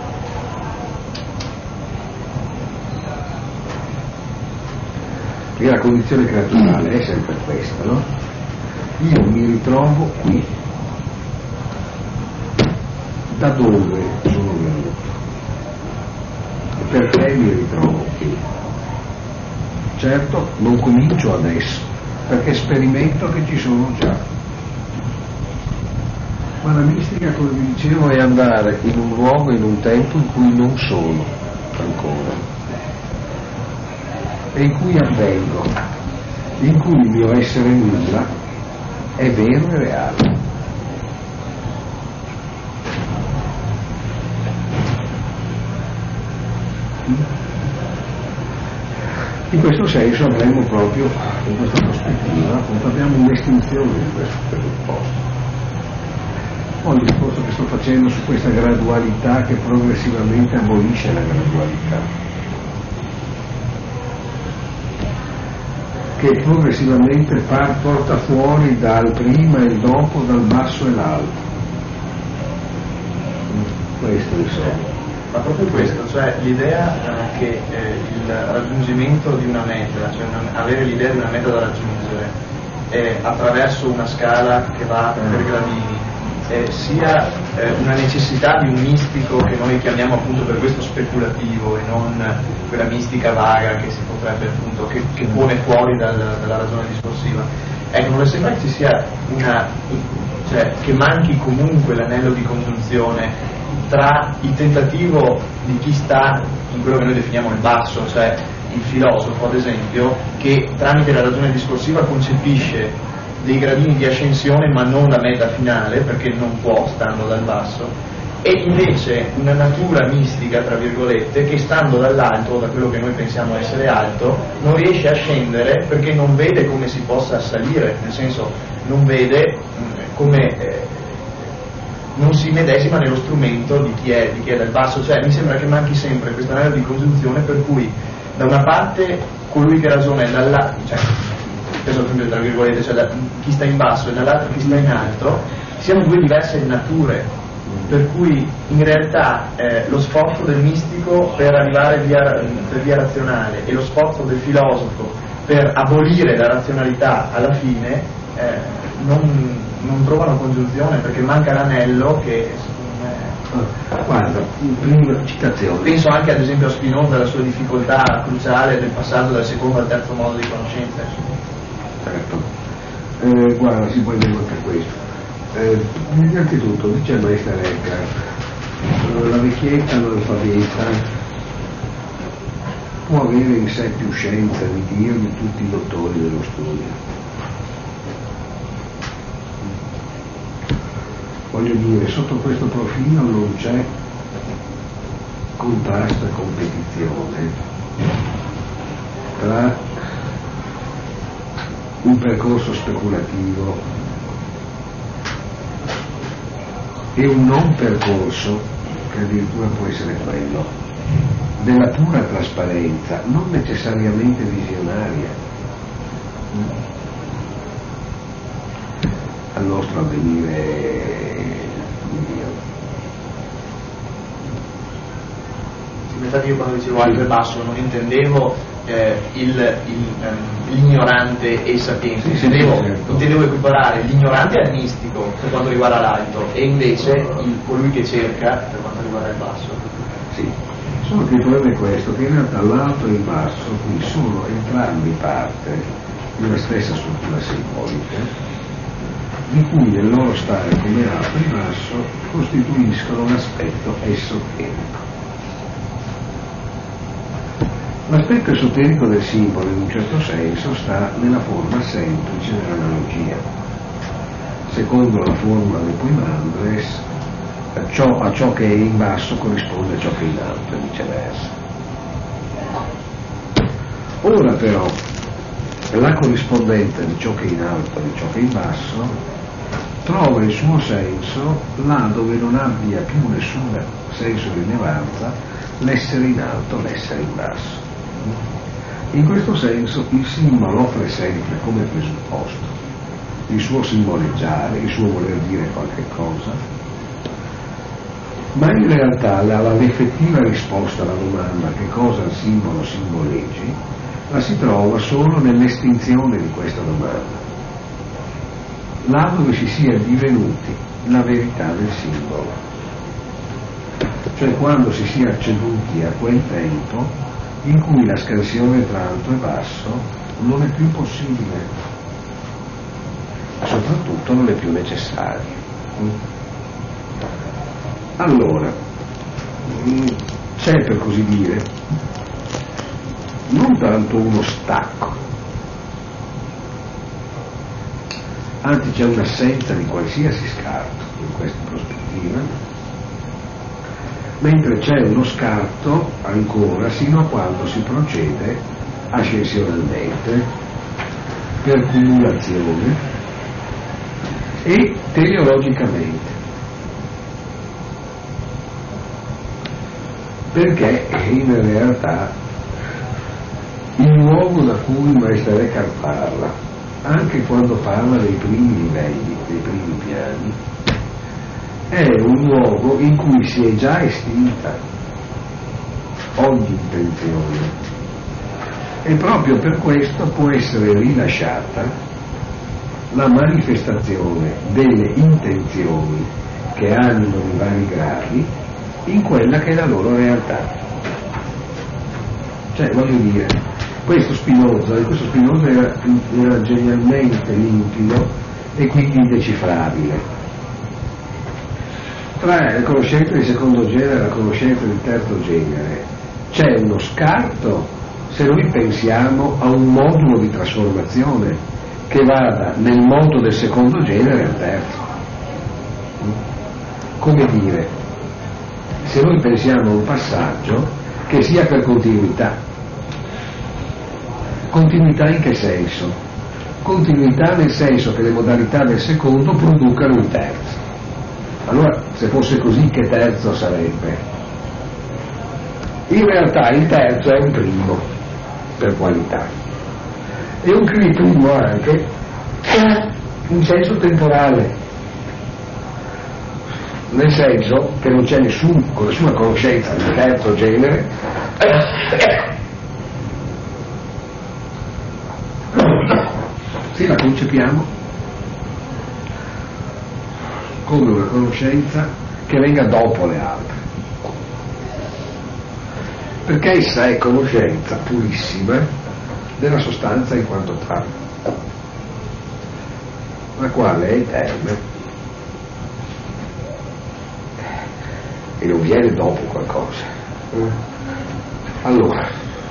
E la condizione creaturale è sempre questa, no? Io mi ritrovo qui. Da dove sono venuto? E perché mi ritrovo qui? Certo, non comincio adesso, perché sperimento che ci sono già. Ma la mistica, come vi dicevo, è andare in un luogo, in un tempo in cui non sono ancora, e in cui avvengo, in cui il mio essere nulla è vero e reale. In questo senso avremmo proprio, in questa prospettiva, appunto, abbiamo un'estinzione di questo presupposto. Poi il discorso che sto facendo su questa gradualità che progressivamente abolisce la gradualità, che progressivamente par, porta fuori dal prima e il dopo, dal basso e l'alto. Questo insomma.
Ma proprio questo, cioè l'idea eh, che eh, il raggiungimento di una meta, cioè una, avere l'idea di una meta da raggiungere eh, attraverso una scala che va per gradini, eh, sia eh, una necessità di un mistico che noi chiamiamo appunto per questo speculativo e non quella mistica vaga che si potrebbe appunto, che, che pone fuori dal, dalla ragione discorsiva. Ecco, non le sembra che ci sia una, cioè che manchi comunque l'anello di congiunzione tra il tentativo di chi sta in quello che noi definiamo il basso, cioè il filosofo ad esempio, che tramite la ragione discorsiva concepisce dei gradini di ascensione ma non la meta finale perché non può stando dal basso, e invece una natura mistica tra virgolette che stando dall'alto, da quello che noi pensiamo essere alto, non riesce a scendere perché non vede come si possa salire, nel senso non vede come eh, non si medesima nello strumento di chi è, di chi è dal basso. Cioè mi sembra che manchi sempre questa anello di congiunzione per cui da una parte colui che ragiona è dall'alto, cioè preso sempre tra virgolette, cioè da, chi sta in basso e dall'altro chi sta in alto, siano due diverse nature, per cui in realtà eh, lo sforzo del mistico per arrivare via, per via razionale e lo sforzo del filosofo per abolire la razionalità alla fine eh, non, non trovano congiunzione perché manca l'anello che secondo me...
Guarda, prima citazione.
Penso anche ad esempio a Spinoza, la sua difficoltà cruciale del passaggio dal secondo al terzo modo di conoscenza.
Certo, eh, guarda, si può dire anche questo. Eh, innanzitutto dice il maestro Eckhart, la vecchietta analfabeta può avere in sé più scienza di Dio di tutti i dottori dello studio. Voglio dire, sotto questo profilo non c'è contrasto e competizione tra un percorso speculativo e un non percorso, che addirittura può essere quello, della pura trasparenza, non necessariamente visionaria. nostro avvenire.
Infatti io quando dicevo alto e basso non intendevo eh, il, il, ehm, l'ignorante e il sapiente,
sì,
intendevo,
sì, certo.
intendevo equiparare l'ignorante al mistico per quanto riguarda l'alto e invece il, colui che cerca per quanto riguarda il basso.
Sì, solo che il problema è questo, che in realtà l'alto e il basso qui sono entrambi parte di una stessa struttura simbolica, di cui nel loro stare come alto e basso costituiscono un aspetto esoterico. L'aspetto esoterico del simbolo, in un certo senso, sta nella forma semplice dell'analogia. Secondo la formula del Poimandres, ciò, a ciò che è in basso corrisponde a ciò che è in alto e viceversa. Ora però, la corrispondenza di ciò che è in alto e di ciò che è in basso trova il suo senso là dove non abbia più nessun senso di rilevanza l'essere in alto, l'essere in basso. In questo senso il simbolo offre sempre come presupposto il suo simboleggiare, il suo voler dire qualche cosa, ma in realtà la, la effettiva risposta alla domanda che cosa il simbolo simboleggi la si trova solo nell'estinzione di questa domanda, là dove si sia divenuti la verità del simbolo, cioè quando si sia acceduti a quel tempo in cui la scansione tra alto e basso non è più possibile, ma soprattutto non è più necessaria. Allora, c'è per così dire non tanto uno stacco, anzi c'è un'assenza di qualsiasi scarto in questa prospettiva, mentre c'è uno scarto ancora sino a quando si procede ascensionalmente per cumulazione e teleologicamente, perché in realtà il luogo da cui il maestro Eckhart parla, anche quando parla dei primi livelli, dei primi piani, è un luogo in cui si è già estinta ogni intenzione e proprio per questo può essere rilasciata la manifestazione delle intenzioni che animano i vari gradi in quella che è la loro realtà. Cioè, voglio dire, questo Spinoza, questo Spinoza era, era genialmente limpido e quindi indecifrabile. Tra la conoscenza di secondo genere e la conoscenza di terzo genere c'è uno scarto se noi pensiamo a un modulo di trasformazione che vada nel modo del secondo genere al terzo. Come dire, se noi pensiamo a un passaggio che sia per continuità. Continuità in che senso? Continuità nel senso che le modalità del secondo producano un terzo. Allora, se fosse così, che terzo sarebbe? In realtà il terzo è un primo per qualità e un primo anche in senso temporale, nel senso che non c'è nessun, nessuna conoscenza del terzo genere se la concepiamo come una conoscenza che venga dopo le altre, perché essa è conoscenza purissima della sostanza in quanto tale, la quale è eterna e non viene dopo qualcosa. Allora,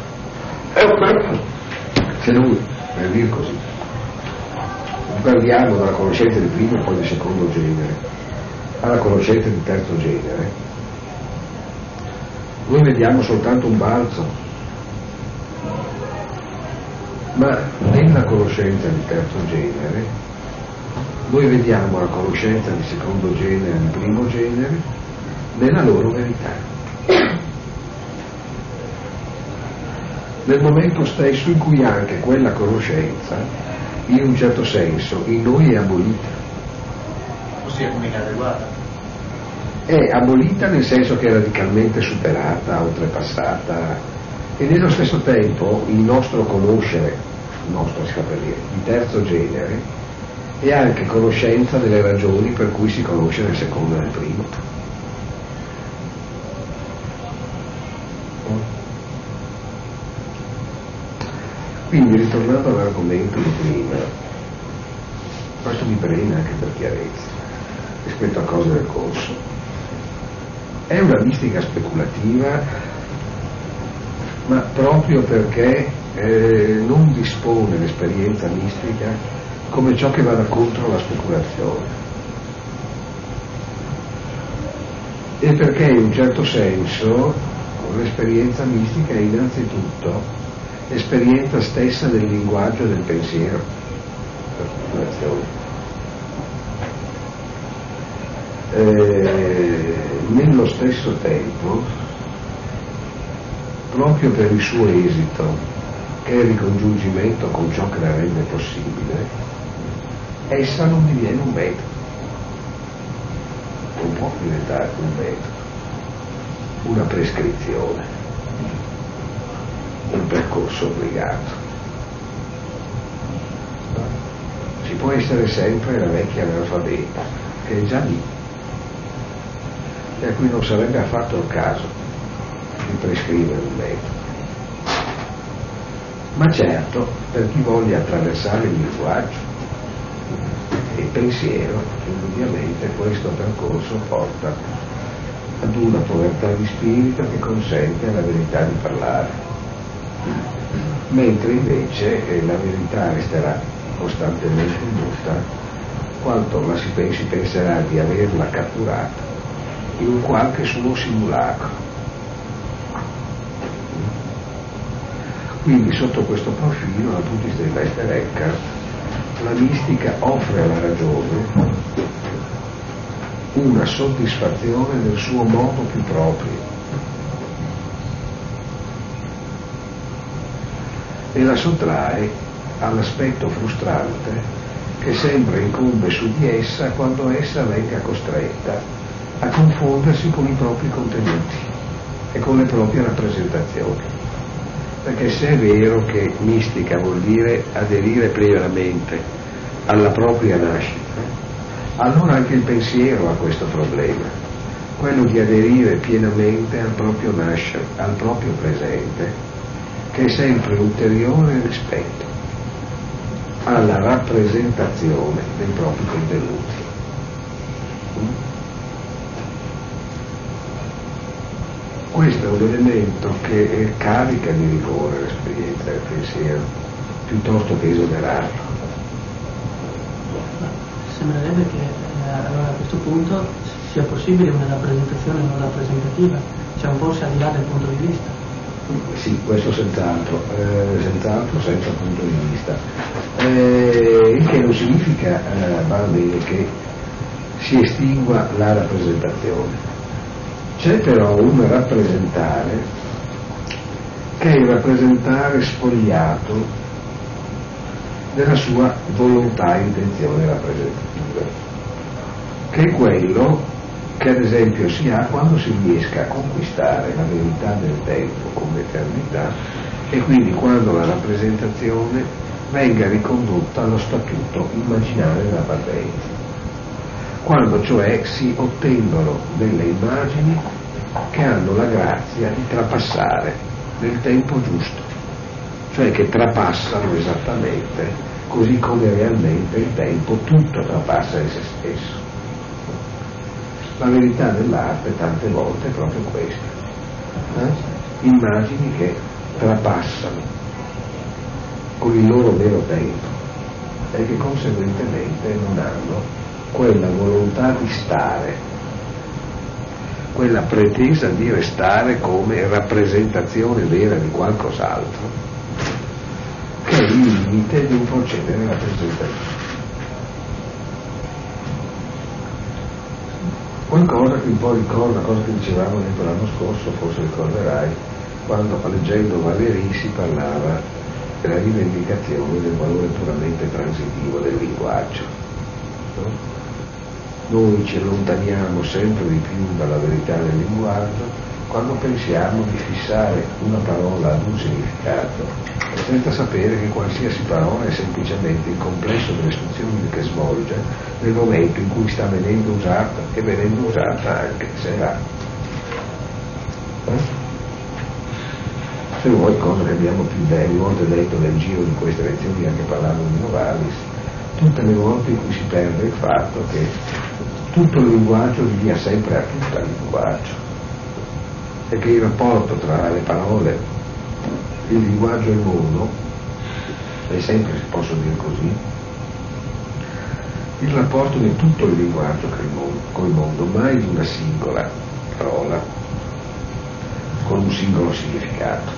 se noi, per dire così, guardiamo dalla conoscenza di primo e poi di secondo genere alla conoscenza di terzo genere, noi vediamo soltanto un balzo, ma nella conoscenza di terzo genere noi vediamo la conoscenza di secondo genere e di primo genere nella loro verità, nel momento stesso in cui anche quella conoscenza in un certo senso in noi è abolita,
Sì, è inadeguata.
È abolita nel senso che è radicalmente superata, oltrepassata, e nello stesso tempo il nostro conoscere, il nostro si fa per dire, di terzo genere, è anche conoscenza delle ragioni per cui si conosce nel secondo e nel primo. Quindi, ritornando all'argomento di prima, questo mi preme anche per chiarezza rispetto a cose del corso. È una mistica speculativa, ma proprio perché eh, non dispone l'esperienza mistica come ciò che vada contro la speculazione, e perché in un certo senso l'esperienza mistica è innanzitutto l'esperienza stessa del linguaggio e del pensiero, la speculazione. Eh, nello stesso tempo, proprio per il suo esito, che è il ricongiungimento con ciò che la rende possibile, essa non diviene un metodo, non può diventare un metodo, una prescrizione, un percorso obbligato. Ci può essere sempre la vecchia analfabeta, che è già lì, e a cui non sarebbe affatto il caso di prescrivere un metodo. Ma certo, per chi voglia attraversare il linguaggio e il pensiero, indubbiamente questo percorso porta ad una povertà di spirito che consente alla verità di parlare, mentre invece eh, la verità resterà costantemente muta quanto la si, si penserà di averla catturata in un qualche suo simulacro. Quindi sotto questo profilo, dal punto di vista di Meister Eckhart, la mistica offre alla ragione una soddisfazione del suo modo più proprio e la sottrae all'aspetto frustrante che sempre incombe su di essa quando essa venga costretta a confondersi con i propri contenuti e con le proprie rappresentazioni. Perché se è vero che mistica vuol dire aderire pienamente alla propria nascita, allora anche il pensiero ha questo problema, quello di aderire pienamente al proprio nascere, al proprio presente, che è sempre ulteriore rispetto alla rappresentazione dei propri contenuti. Questo è un elemento che carica di rigore l'esperienza del pensiero piuttosto che esonerarlo.
Sembrerebbe che eh, allora a questo punto sia possibile una rappresentazione non rappresentativa, cioè un po' se al di là del punto di vista.
Sì, questo senz'altro, eh, senz'altro senza punto di vista. Eh, il che non significa, eh, va bene, che si estingua la rappresentazione. C'è però un rappresentare che è il rappresentare spogliato della sua volontà e intenzione rappresentativa, che è quello che ad esempio si ha quando si riesca a conquistare la verità del tempo come eternità, e quindi quando la rappresentazione venga ricondotta allo statuto immaginale della partenza, quando cioè si ottengono delle immagini che hanno la grazia di trapassare nel tempo giusto, cioè che trapassano esattamente così come realmente il tempo tutto trapassa in se stesso. La verità dell'arte tante volte è proprio questa, eh? Immagini che trapassano con il loro vero tempo e che conseguentemente non hanno quella volontà di stare, quella pretesa di restare come rappresentazione vera di qualcos'altro, che è il limite di un procedere rappresentativo. Qualcosa che un po' ricorda, cosa che dicevamo dentro l'anno scorso, forse ricorderai, quando leggendo Valéry si parlava della rivendicazione del valore puramente transitivo del linguaggio, no? noi ci allontaniamo sempre di più dalla verità del linguaggio quando pensiamo di fissare una parola ad un significato senza sapere che qualsiasi parola è semplicemente il complesso delle funzioni che svolge nel momento in cui sta venendo usata e venendo usata anche se là. Eh? Se vuoi, cosa che abbiamo più volte detto nel giro di queste lezioni anche parlando di Novalis, tutte le volte in cui si perde il fatto che tutto il linguaggio rinvia sempre a tutto il linguaggio e che il rapporto tra le parole, il linguaggio e il mondo è sempre, se posso dire così, il rapporto di tutto il linguaggio con il mondo, mai di una singola parola con un singolo significato,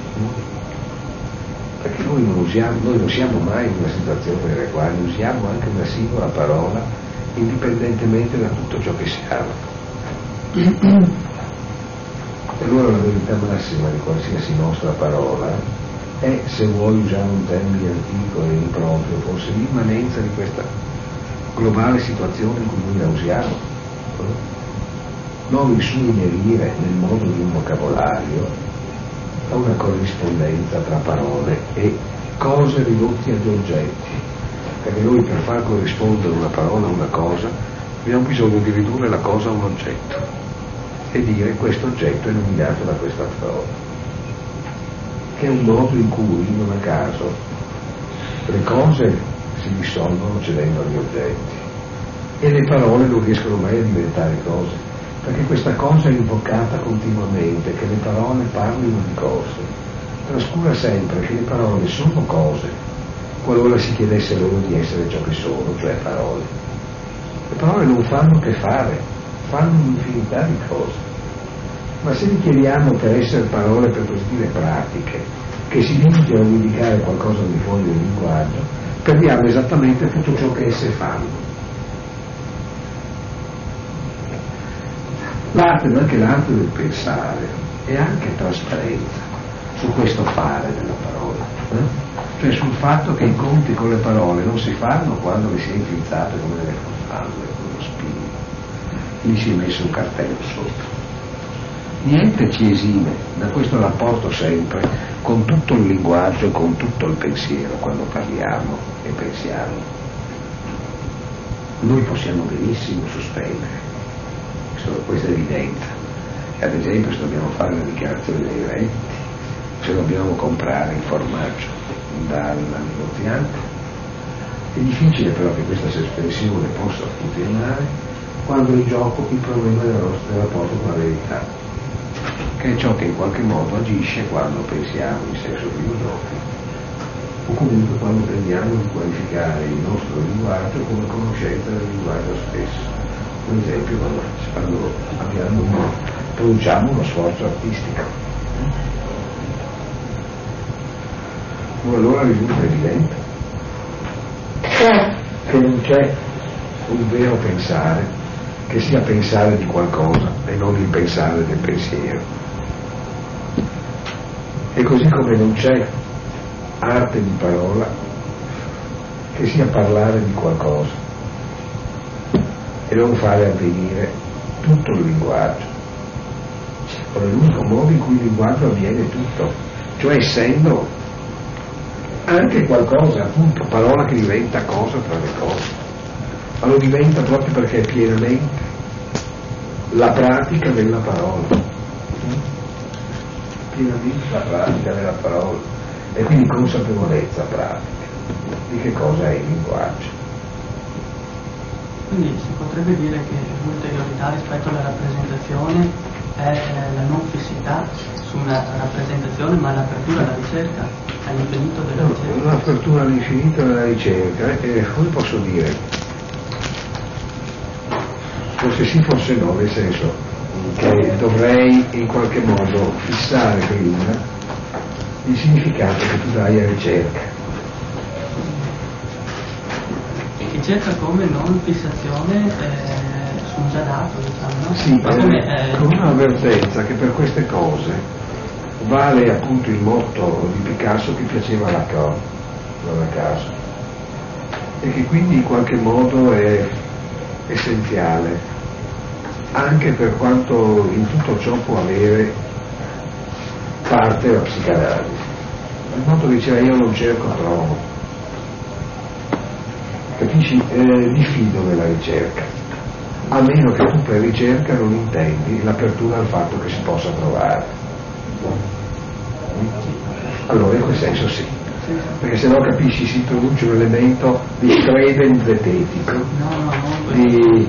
perché noi non usiamo, noi non siamo mai in una situazione nella quale usiamo anche una singola parola indipendentemente da tutto ciò che siamo. E allora la verità massima di qualsiasi nostra parola è, se vuoi usare un termine antico e improprio, forse l'immanenza di questa globale situazione in cui noi la usiamo, non il suo inerire nel modo di un vocabolario a una corrispondenza tra parole e cose ridotte ad oggetti, perché noi per far corrispondere una parola a una cosa abbiamo bisogno di ridurre la cosa a un oggetto e dire questo oggetto è nominato da questa parola, che è un modo in cui, non a caso, le cose si dissolvono cedendo agli oggetti e le parole non riescono mai a diventare cose, perché questa cosa è invocata continuamente, che le parole parlino di cose. Trascura sempre che le parole sono cose, qualora si chiedesse loro di essere ciò che sono, cioè parole. Le parole non fanno che fare, fanno un'infinità di cose. Ma se li chiediamo per essere parole, per così dire, pratiche, che si limitano a indicare qualcosa di fuori del linguaggio, perdiamo esattamente tutto ciò che esse fanno. L'arte, ma anche l'arte del pensare, è anche trasparenza su questo fare della parola, eh? Cioè sul fatto che i conti con le parole non si fanno quando le si è infilzate come delle farfalle, con lo spirito, gli si è messo un cartello sotto. Niente ci esime da questo rapporto sempre con tutto il linguaggio e con tutto il pensiero quando parliamo e pensiamo. Noi possiamo benissimo sospendere, questa è evidenza. Ad esempio, se dobbiamo fare la dichiarazione dei redditi, se dobbiamo comprare il formaggio dal negoziante, è difficile però che questa sospensione possa funzionare quando è in gioco il problema del nostro rapporto con la verità, che è ciò che in qualche modo agisce quando pensiamo in senso filosofico o comunque quando tendiamo di qualificare il nostro linguaggio come conoscenza del linguaggio stesso. Per esempio quando, quando abbiamo uno, produciamo uno sforzo artistico. Allora risulta evidente che non c'è un vero pensare che sia pensare di qualcosa e non il pensare del pensiero. E così come non c'è arte di parola che sia parlare di qualcosa e non fare avvenire tutto il linguaggio. È l'unico modo in cui il linguaggio avviene tutto, cioè essendo anche qualcosa, appunto, parola che diventa cosa tra le cose, ma lo diventa proprio perché è pienamente la pratica della parola, pienamente la pratica della parola, e quindi consapevolezza pratica di che cosa è il linguaggio.
Quindi si potrebbe dire che l'ulteriorità rispetto alla rappresentazione è la non fissità su una rappresentazione, ma l'apertura alla ricerca, all'infinito della ricerca.
L'apertura all'infinito della ricerca, e come posso dire? Forse sì, forse no, nel senso che dovrei in qualche modo fissare prima il significato che tu dai a ricerca.
Ricerca come non fissazione eh, su un già dato, diciamo, no?
Sì,
ma come, eh,
con un'avvertenza che per queste cose vale appunto il motto di Picasso che piaceva alla Lacan, non a caso, e che quindi in qualche modo è essenziale, anche per quanto in tutto ciò può avere parte la psicanalisi. Il modo diceva io non cerco, trovo. Capisci? Eh, diffido nella ricerca, a meno che tu per ricerca non intendi l'apertura al fatto che si possa trovare. Allora in quel senso sì, perché se no capisci si introduce un elemento di credence vetetico, di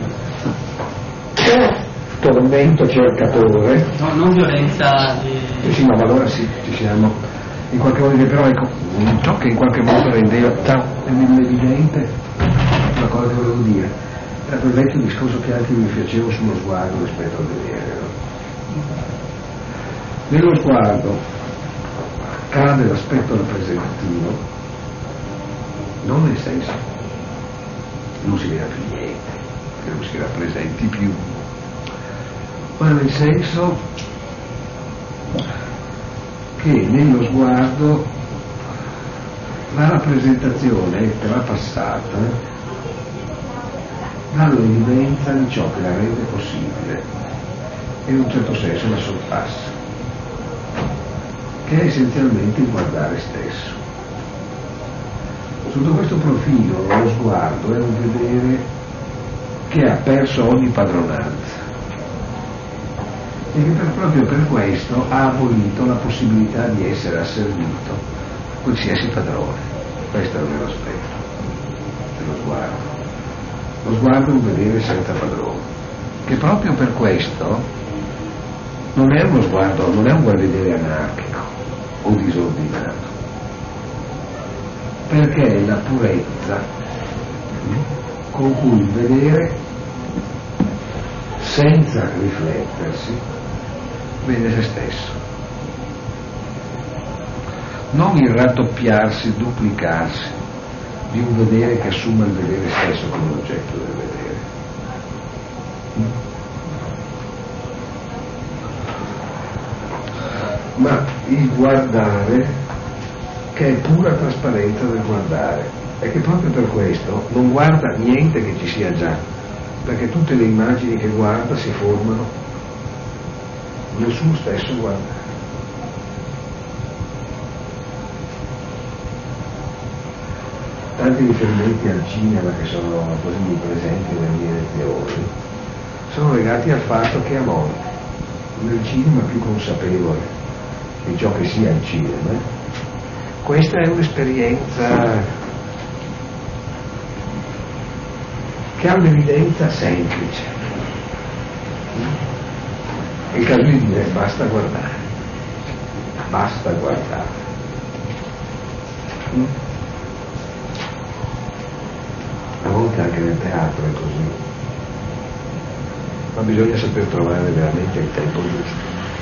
tormento cercatore.
No, non violenza di...
Sì, no, ma allora sì, ci siamo. In qualche modo, però ecco, ciò che in qualche modo rendeva, ciao, è evidente una cosa che volevo dire. Era quel vecchio discorso che anche mi piaceva sullo sguardo rispetto al vedere. No? Nello sguardo cade l'aspetto rappresentativo, non nel senso non si vede più niente, che non si rappresenti più, ma nel senso che nello sguardo la rappresentazione è trapassata dall'evidenza di ciò che la rende possibile e in un certo senso la sorpassa, che è essenzialmente il guardare stesso. Sotto questo profilo lo sguardo è un vedere che ha perso ogni padronanza e che per, proprio per questo ha abolito la possibilità di essere asservito a qualsiasi padrone. Questo è un vero aspetto dello sguardo. Lo sguardo è un vedere senza padrone, che proprio per questo non è uno sguardo, non è un vedere anarchico o disordinato, perché è la purezza con cui il vedere senza riflettersi vede se stesso, non il raddoppiarsi, duplicarsi di un vedere che assume il vedere stesso come oggetto del vedere. Ma il guardare che è pura trasparenza del guardare e che proprio per questo non guarda niente che ci sia già, perché tutte le immagini che guarda si formano nel suo stesso guardare. Tanti riferimenti al cinema che sono così presenti nelle mie lezioni sono legati al fatto che a volte nel cinema più consapevole di ciò che sia il cinema, questa è un'esperienza che ha un'evidenza semplice. È il caso di dire basta guardare, basta guardare. A volte anche nel teatro è così, ma bisogna saper trovare veramente il tempo giusto.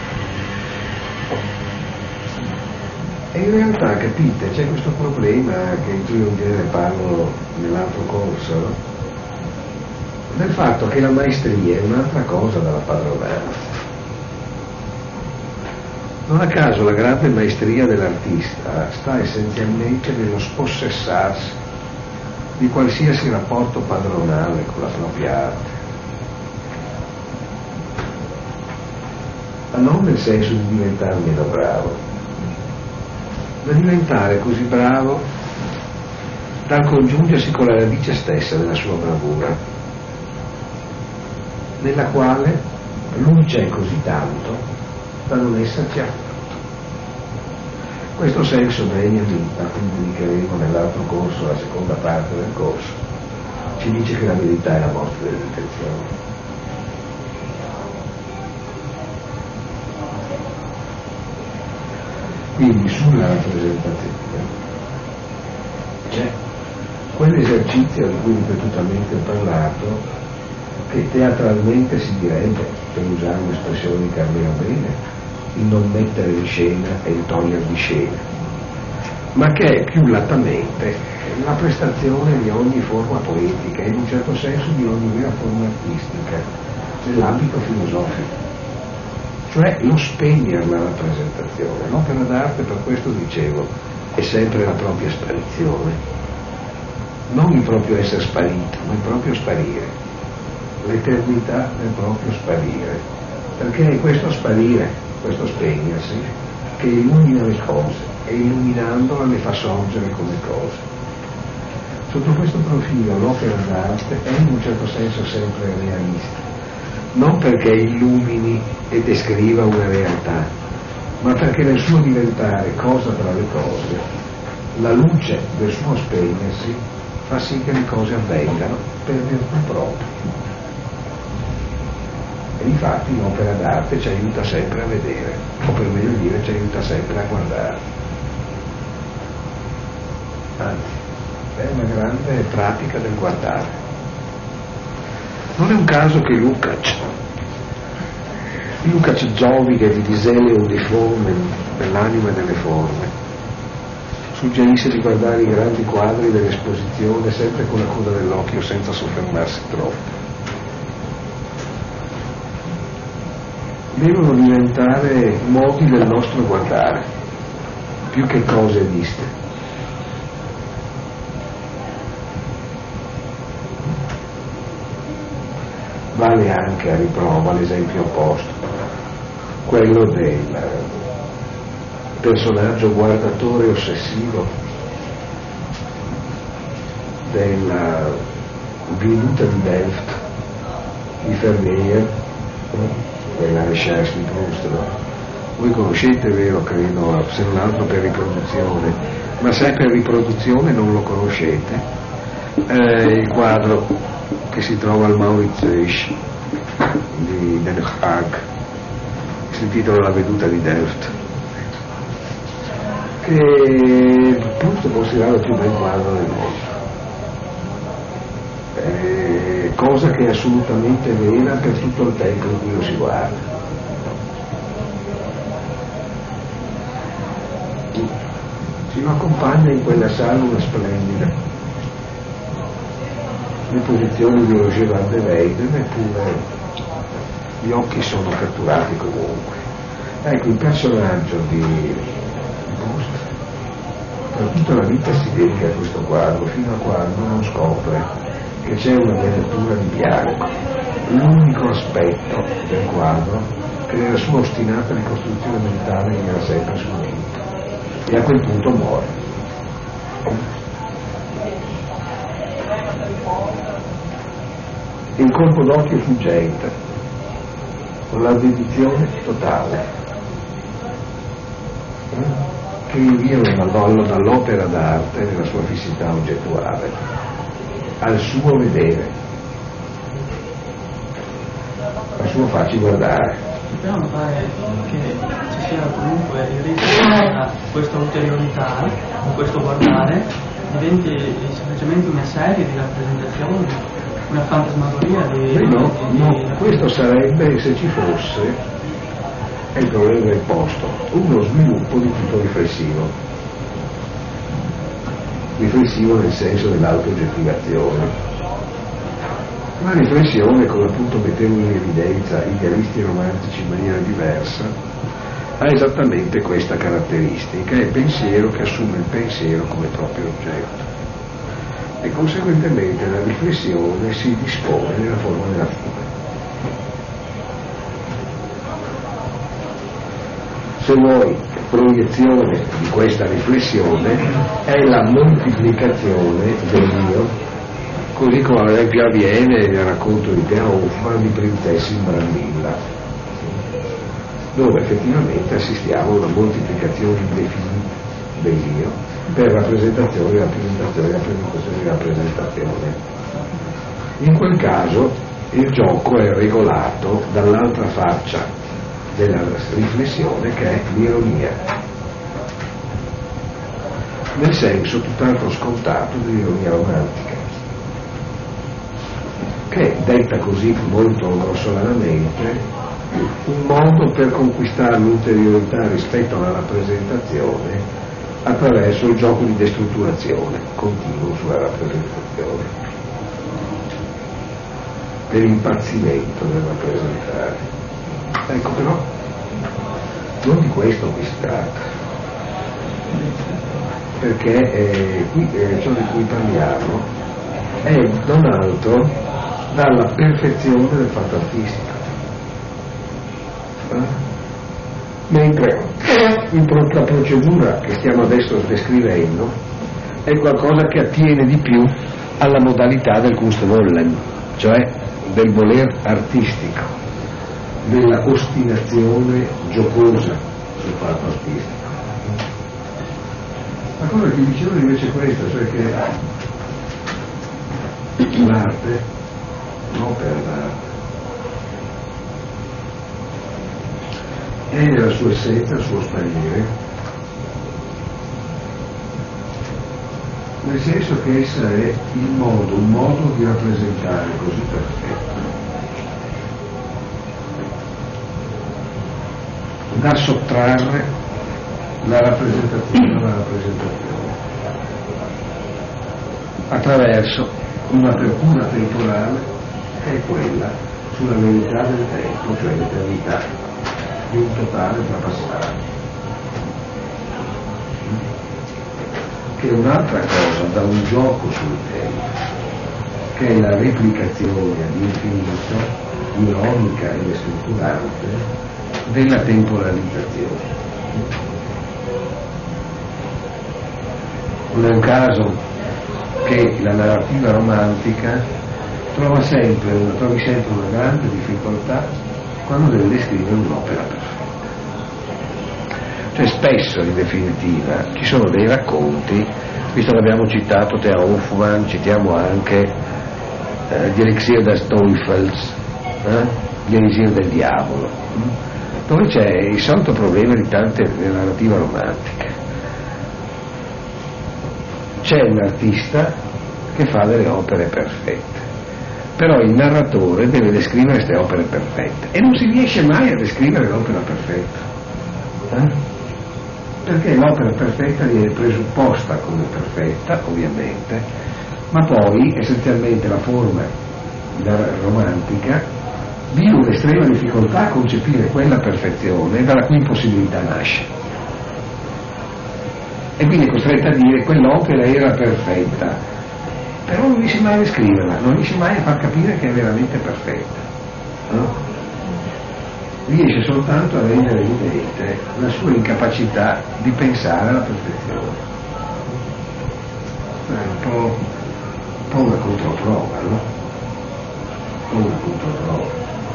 E in realtà, capite, c'è questo problema che io in genere parlo nell'altro corso, del fatto che la maestria è un'altra cosa dalla padronanza. Non a caso la grande maestria dell'artista sta essenzialmente nello spossessarsi di qualsiasi rapporto padronale con la propria arte, ma non nel senso di diventare meno bravo, ma diventare così bravo dal congiungersi con la radice stessa della sua bravura, nella quale lui c'è così tanto da non esserci affatto. Questo senso Benjamin, a cui dedicheremo nell'altro corso, la seconda parte del corso, ci dice che la verità è la morte dell'intenzione. Quindi sulla rappresentazione c'è quell'esercizio di cui ripetutamente ho parlato, che teatralmente si direbbe, per usare un'espressione di Carmelo Bene, il non mettere in scena e il togliere di scena, ma che è più lattamente la prestazione di ogni forma poetica e in un certo senso di ogni vera forma artistica nell'ambito filosofico, cioè lo spegnere la rappresentazione. L'opera d'arte, per questo dicevo, è sempre la propria sparizione, non il proprio essere sparito, ma il proprio sparire. l'eternità del proprio sparire, perché è questo sparire, questo spegnersi, che illumina le cose e illuminandole le fa sorgere come cose. Sotto questo profilo l'opera d'arte è in un certo senso sempre realista, non perché illumini e descriva una realtà, ma perché nel suo diventare cosa tra le cose, la luce del suo spegnersi fa sì che le cose avvengano per virtù propria. E infatti l'opera d'arte ci aiuta sempre a vedere, o per meglio dire ci aiuta sempre a guardare. Anzi, è una grande pratica del guardare. Non è un caso che Lukács, Lukács Jovic di Diseleo di forme, dell'anima e delle forme, suggerisse di guardare i grandi quadri dell'esposizione sempre con la coda dell'occhio, senza soffermarsi troppo. Devono diventare modi del nostro guardare, più che cose viste. Vale anche a riprova l'esempio opposto, quello del personaggio guardatore ossessivo della Veduta di Delft di Vermeer, della Recherche di Proust. Voi conoscete, vero, credo, se non altro per riproduzione, ma se è per riproduzione non lo conoscete, eh, il quadro che si trova al Mauritshuis di Den Haag, si intitola La Veduta di Delft, che Proust considerava il più bel quadro del mondo, eh, cosa che è assolutamente vera per tutto il tempo in cui lo si guarda. Si lo accompagna in quella sala una splendida posizioni di Roger van de Weyden, eppure gli occhi sono catturati comunque. Ecco, il personaggio di Proust per tutta la vita si dedica a questo quadro fino a quando non scopre che c'è una venatura di bianco, l'unico aspetto del quadro che nella sua ostinata ricostruzione mentale gli era sempre sfuggito, e a quel punto muore. Il colpo d'occhio fuggente, la dedizione totale, che riviene dall'opera d'arte nella sua fissità oggettuale al suo vedere, al suo farci guardare.
Però mi pare che ci sia comunque il rischio che questa ulteriorità, questo guardare, diventi semplicemente una serie di rappresentazioni, una fantasmagoria di...
Eh no,
di,
no,
di...
questo sarebbe, se ci fosse, è il problema del posto, uno sviluppo di tipo riflessivo, riflessivo nel senso dell'auto-oggettivazione. Una riflessione, come appunto mettevano in evidenza idealisti e romantici in maniera diversa, ha esattamente questa caratteristica, è il pensiero che assume il pensiero come proprio oggetto. E conseguentemente la riflessione si dispone nella forma della fuga. Se vuoi, proiezione di questa riflessione è la moltiplicazione dell'io, così come ad esempio avviene nel racconto di Theo Hoffmann di Principessa in Brambilla, dove effettivamente assistiamo a una moltiplicazione indefinita dell'io per rappresentazione, rappresentazione, rappresentazione, rappresentazione. In quel caso il gioco è regolato dall'altra faccia della riflessione, che è l'ironia, nel senso tutt'altro scontato dell'ironia romantica, che detta così molto grossolanamente un modo per conquistare l'ulteriorità rispetto alla rappresentazione attraverso il gioco di destrutturazione continuo sulla rappresentazione, per l'impazzimento del rappresentare. Ecco, però non di questo qui si tratta, perché eh, qui eh, ciò di cui parliamo è non altro dalla perfezione del fatto artistico. Mentre la procedura che stiamo adesso descrivendo è qualcosa che attiene di più alla modalità del Kunstwollen, cioè del voler artistico, della ostinazione giocosa sul fatto artistico. La cosa che dicevo invece è questa, cioè che l'arte, l'opera d'arte, è nella sua essenza, il suo sparire, nel senso che essa è il modo, un modo di rappresentare così perfetto, da sottrarre la rappresentazione alla rappresentazione, attraverso un'apertura temporale che è quella sulla verità del tempo, cioè l'eternità di un totale trapassare, che è un'altra cosa da un gioco sul tempo, che è la replicazione all'infinito, ironica e destrutturante della temporalizzazione. Non è un caso che la narrativa romantica trova sempre, trovi sempre una grande difficoltà quando deve descrivere un'opera perfetta. Cioè spesso, in definitiva, ci sono dei racconti, visto che abbiamo citato Thea Hoffmann, citiamo anche eh, Die Elixier des Teufels, eh? Gli elisir del diavolo, dove c'è il solito problema di tante narrative romantiche. C'è un artista che fa delle opere perfette, però il narratore deve descrivere queste opere perfette e non si riesce mai a descrivere l'opera perfetta, eh? Perché l'opera perfetta viene presupposta come perfetta, ovviamente, ma poi essenzialmente la forma romantica vive un'estrema difficoltà a concepire quella perfezione dalla cui impossibilità nasce, e quindi è costretta a dire quell'opera era perfetta, però non riesce mai a descriverla, non riesce mai a far capire che è veramente perfetta, no? Riesce soltanto a rendere evidente la sua incapacità di pensare alla perfezione. È un po', un po' una controprova, no? Un po' una controprova.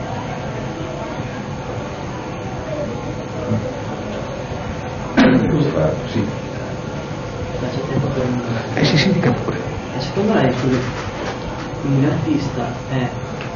Scusa,
sì.
Ma c'è tempo per un...
Eh si si dica pure.
E secondo lei un artista è, eh,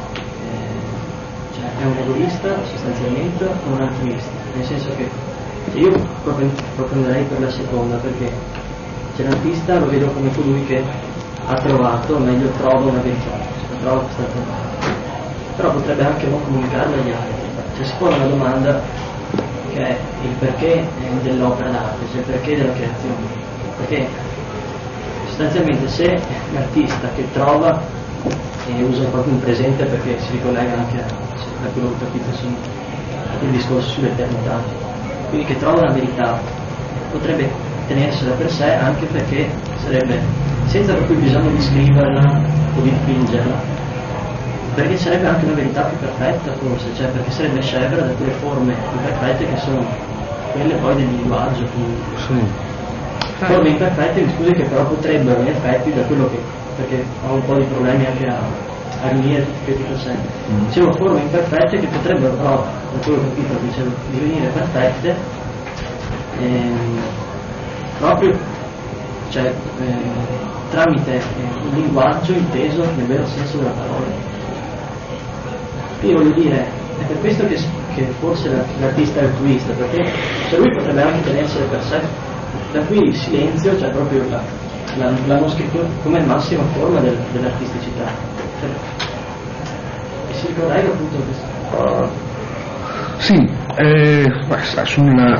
cioè è un egoista sostanzialmente o un altruista? Nel senso che io propenderei per la seconda, perché c'è l'artista, lo vedo come colui che ha trovato, o meglio trova una verità, trova questa verità, però potrebbe anche non comunicarla agli altri. Cioè si pone una domanda che è il perché dell'opera d'arte, cioè il perché della creazione, perché sostanzialmente se l'artista che trova, e usa proprio un presente perché si ricollega anche a, a quello che ho capito il discorso sull'eternità, quindi che trova una verità, potrebbe tenersela per sé, anche perché sarebbe senza proprio bisogno di scriverla o di fingerla, perché sarebbe anche una verità più perfetta forse, cioè perché sarebbe scevra da quelle forme imperfette che sono quelle poi del linguaggio,
Sì.
forme imperfette, mi scusi, che però potrebbero in effetti, da quello che, perché ho un po' di problemi anche a, a riunire tutti questi concetti, mm. dicevo forme imperfette che potrebbero però, da quello che ho capito, dicevo, divenire perfette ehm, proprio cioè, eh, tramite eh, un linguaggio inteso nel vero senso della parola. Io voglio dire, è per questo che, che forse l'artista è altruista, perché cioè lui potrebbe anche tenersele per sé, da qui il silenzio, cioè proprio la, la, la non scrittura come massima forma del, dell'artisticità. Cioè, e si ricollega appunto a questo.
Uh, sì, eh, basta, sulla,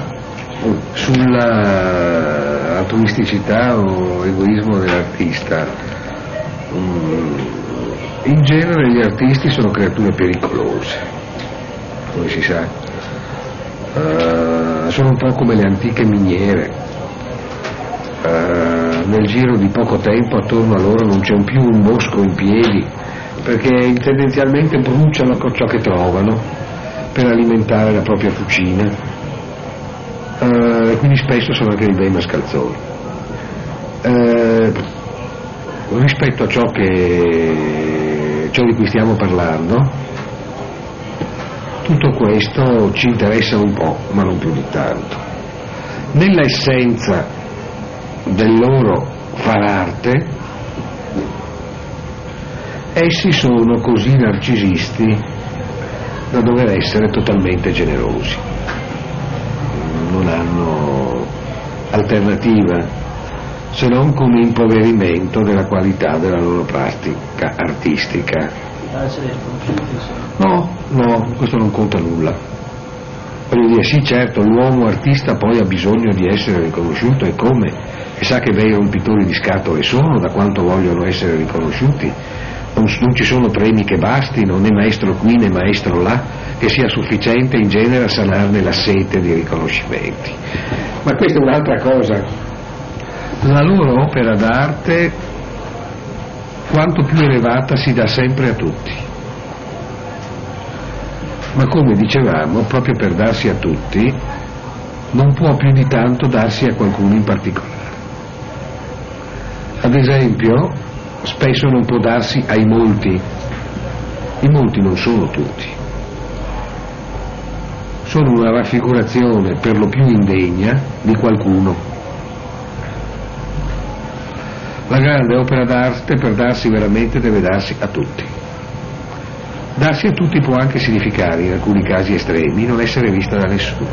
sulla altruisticità o egoismo dell'artista. Um, in genere gli artisti sono creature pericolose, come si sa. Uh, sono un po' come le antiche miniere. Uh, nel giro di poco tempo attorno a loro non c'è più un bosco in piedi perché tendenzialmente bruciano ciò che trovano per alimentare la propria fucina, eh, e quindi spesso sono anche dei bei mascalzoni. Eh, rispetto a ciò che ciò di cui stiamo parlando, tutto questo ci interessa un po', ma non più di tanto. Nella essenza del loro far arte, essi sono così narcisisti da dover essere totalmente generosi. Non hanno alternativa se non come impoverimento della qualità della loro pratica artistica. No, no, questo non conta nulla. Voglio dire, sì, certo, l'uomo artista poi ha bisogno di essere riconosciuto, e come? E sa che bei rompitori di scatole sono, da quanto vogliono essere riconosciuti. Non, non ci sono premi che bastino, né maestro qui né maestro là, che sia sufficiente in genere a sanarne la sete di riconoscimenti. Ma questa è un'altra cosa. La loro opera d'arte, quanto più elevata, si dà sempre a tutti. Ma come dicevamo, proprio per darsi a tutti, non può più di tanto darsi a qualcuno in particolare. Ad esempio, spesso non può darsi ai molti. I molti non sono tutti. Sono una raffigurazione per lo più indegna di qualcuno. La grande opera d'arte, per darsi veramente, deve darsi a tutti. Darsi a tutti può anche significare, in alcuni casi estremi, non essere vista da nessuno.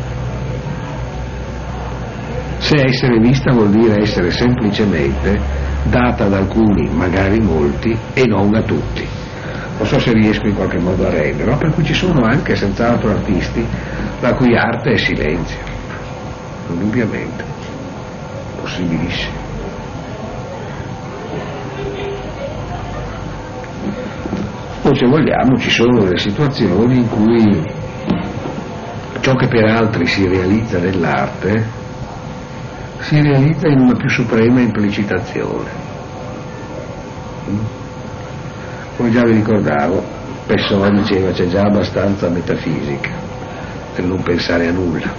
Se essere vista vuol dire essere semplicemente data ad alcuni, magari molti, e non a tutti. Non so se riesco in qualche modo a renderlo, per cui ci sono anche senz'altro artisti la cui arte è silenzio, indubbiamente, possibilissimo. O se vogliamo ci sono delle situazioni in cui ciò che per altri si realizza nell'arte si realizza in una più suprema implicitazione. Come già vi ricordavo, Pessoa diceva c'è già abbastanza metafisica per non pensare a nulla.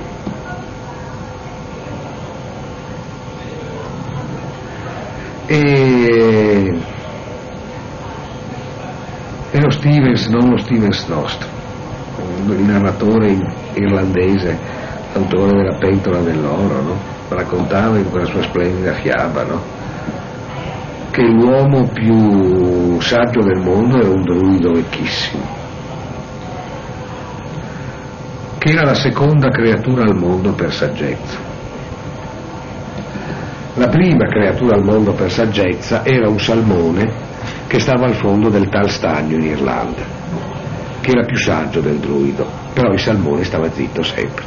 E E lo Stevens, non lo Stevens nostro, il narratore irlandese, autore della Pentola dell'oro, no? Raccontava in quella sua splendida fiaba, no? Che l'uomo più saggio del mondo era un druido vecchissimo, che era la seconda creatura al mondo per saggezza. La prima creatura al mondo per saggezza era un salmone che stava al fondo del tal stagno in Irlanda, che era più saggio del druido, però il salmone stava zitto sempre.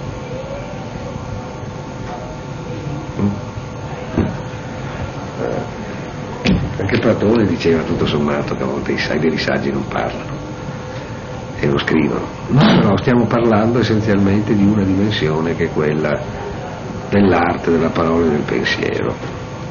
Mm. Eh, anche Platone diceva tutto sommato che a volte i veri saggi non parlano e non scrivono. No, però stiamo parlando essenzialmente di una dimensione che è quella dell'arte, della parola e del pensiero,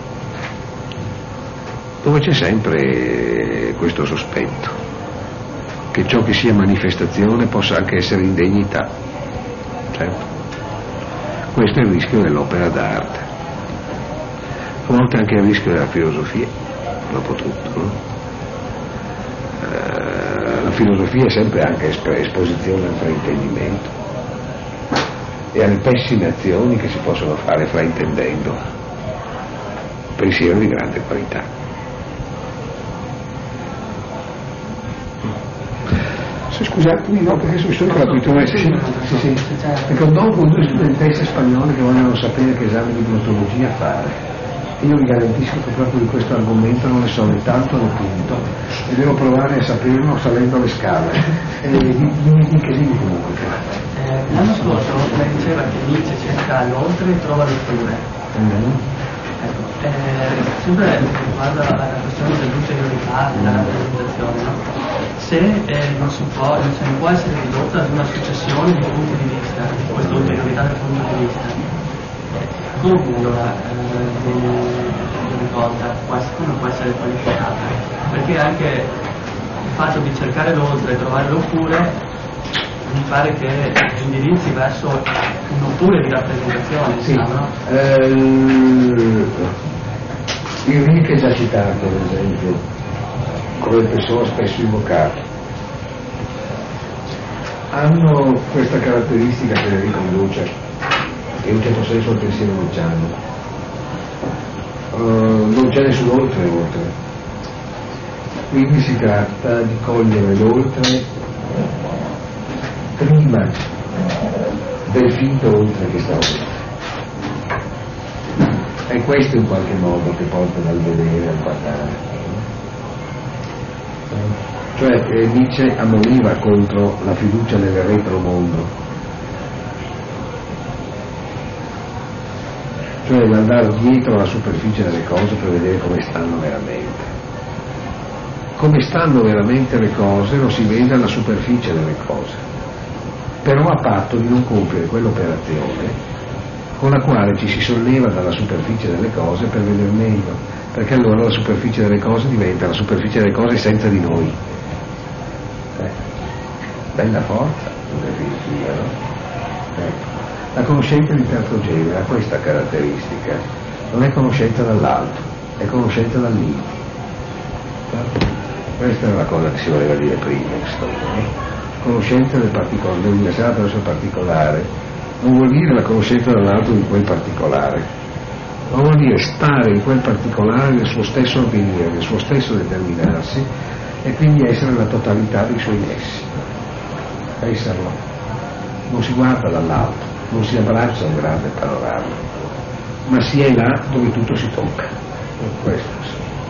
dove c'è sempre questo sospetto che ciò che sia manifestazione possa anche essere indegnità. Certo. Questo è il rischio dell'opera d'arte, a volte anche il rischio della filosofia, dopo tutto, no? Eh, la filosofia è sempre anche esposizione al fraintendimento e alle pessime azioni che si possono fare fraintendendo pensiero di grande qualità. Scusatemi, no, perché sono solo gratuito, sì, sì, sì, perché ho dopo due studentesse spagnole che vogliono sapere che esame di glottologia fare. Io vi garantisco che proprio di questo argomento non ne so né tanto né punto, e devo provare a saperlo salendo le scale. E dimmi che dimmi comunque.
Eh, l'anno scorso lei diceva che Nietzsche cerca l'oltre e trova le pure. Mm-hmm. Ecco, eh, sempre riguardo alla questione dell'ulteriorità, della rappresentazione, no? Se eh, non, si può, non si può essere ridotta ad una successione di punti di vista, questa ulteriorità del punto di vista, eh, come allora eh, viene rivolta, come può essere qualificata? Perché anche fatto di cercare l'oltre e trovare l'oppure mi pare che indirizzi verso un oppure di rappresentazione,
sì.
no?
eh, il Rilke è già citato, ad esempio, come persona spesso invocata. Hanno questa caratteristica che le riconduce in un certo senso al pensiero luciano. Uh, non c'è nessun oltre oltre, quindi si tratta di cogliere l'oltre prima del finto oltre che sta oltre. È questo in qualche modo che porta dal vedere al guardare. Cioè eh, Nietzsche ammoniva contro la fiducia nel retromondo, cioè andare dietro alla superficie delle cose per vedere come stanno veramente. Come stanno veramente le cose lo si vede alla superficie delle cose, però a patto di non compiere quell'operazione con la quale ci si solleva dalla superficie delle cose per vedere meglio, perché allora la superficie delle cose diventa la superficie delle cose senza di noi. Eh, bella forza, in definitiva, no? Ecco. La conoscenza di terzo genere ha questa caratteristica, non è conoscenza dall'alto, è conoscenza dall'interno. Questa è la cosa che si voleva dire prima, no? Conoscenza del particolare, dell'universale attraverso il particolare, non vuol dire la conoscenza dall'alto di quel particolare, ma vuol dire stare in quel particolare nel suo stesso avvenire, nel suo stesso determinarsi e quindi essere la totalità dei suoi nessi. Esserlo. Non si guarda dall'alto, non si abbraccia un grande panorama, ma si è là dove tutto si tocca. Questo sì.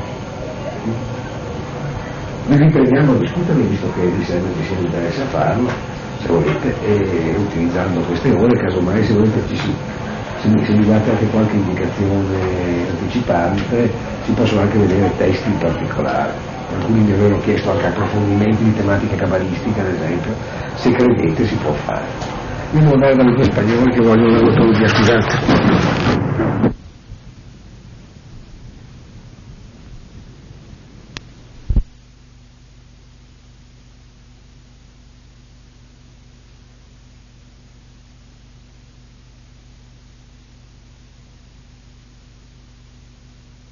Noi riprendiamo a discutere, visto che vi sembra che sia interesse a farlo, se volete, e utilizzando queste ore, casomai se volete ci si, se, se mi date anche qualche indicazione anticipante, si possono anche vedere testi in particolare. Alcuni mi avevano chiesto anche approfondimenti di tematica cabalistica, ad esempio, se credete si può fare. Io devo andare dalle due spagnole che vogliono l'autologia accusata.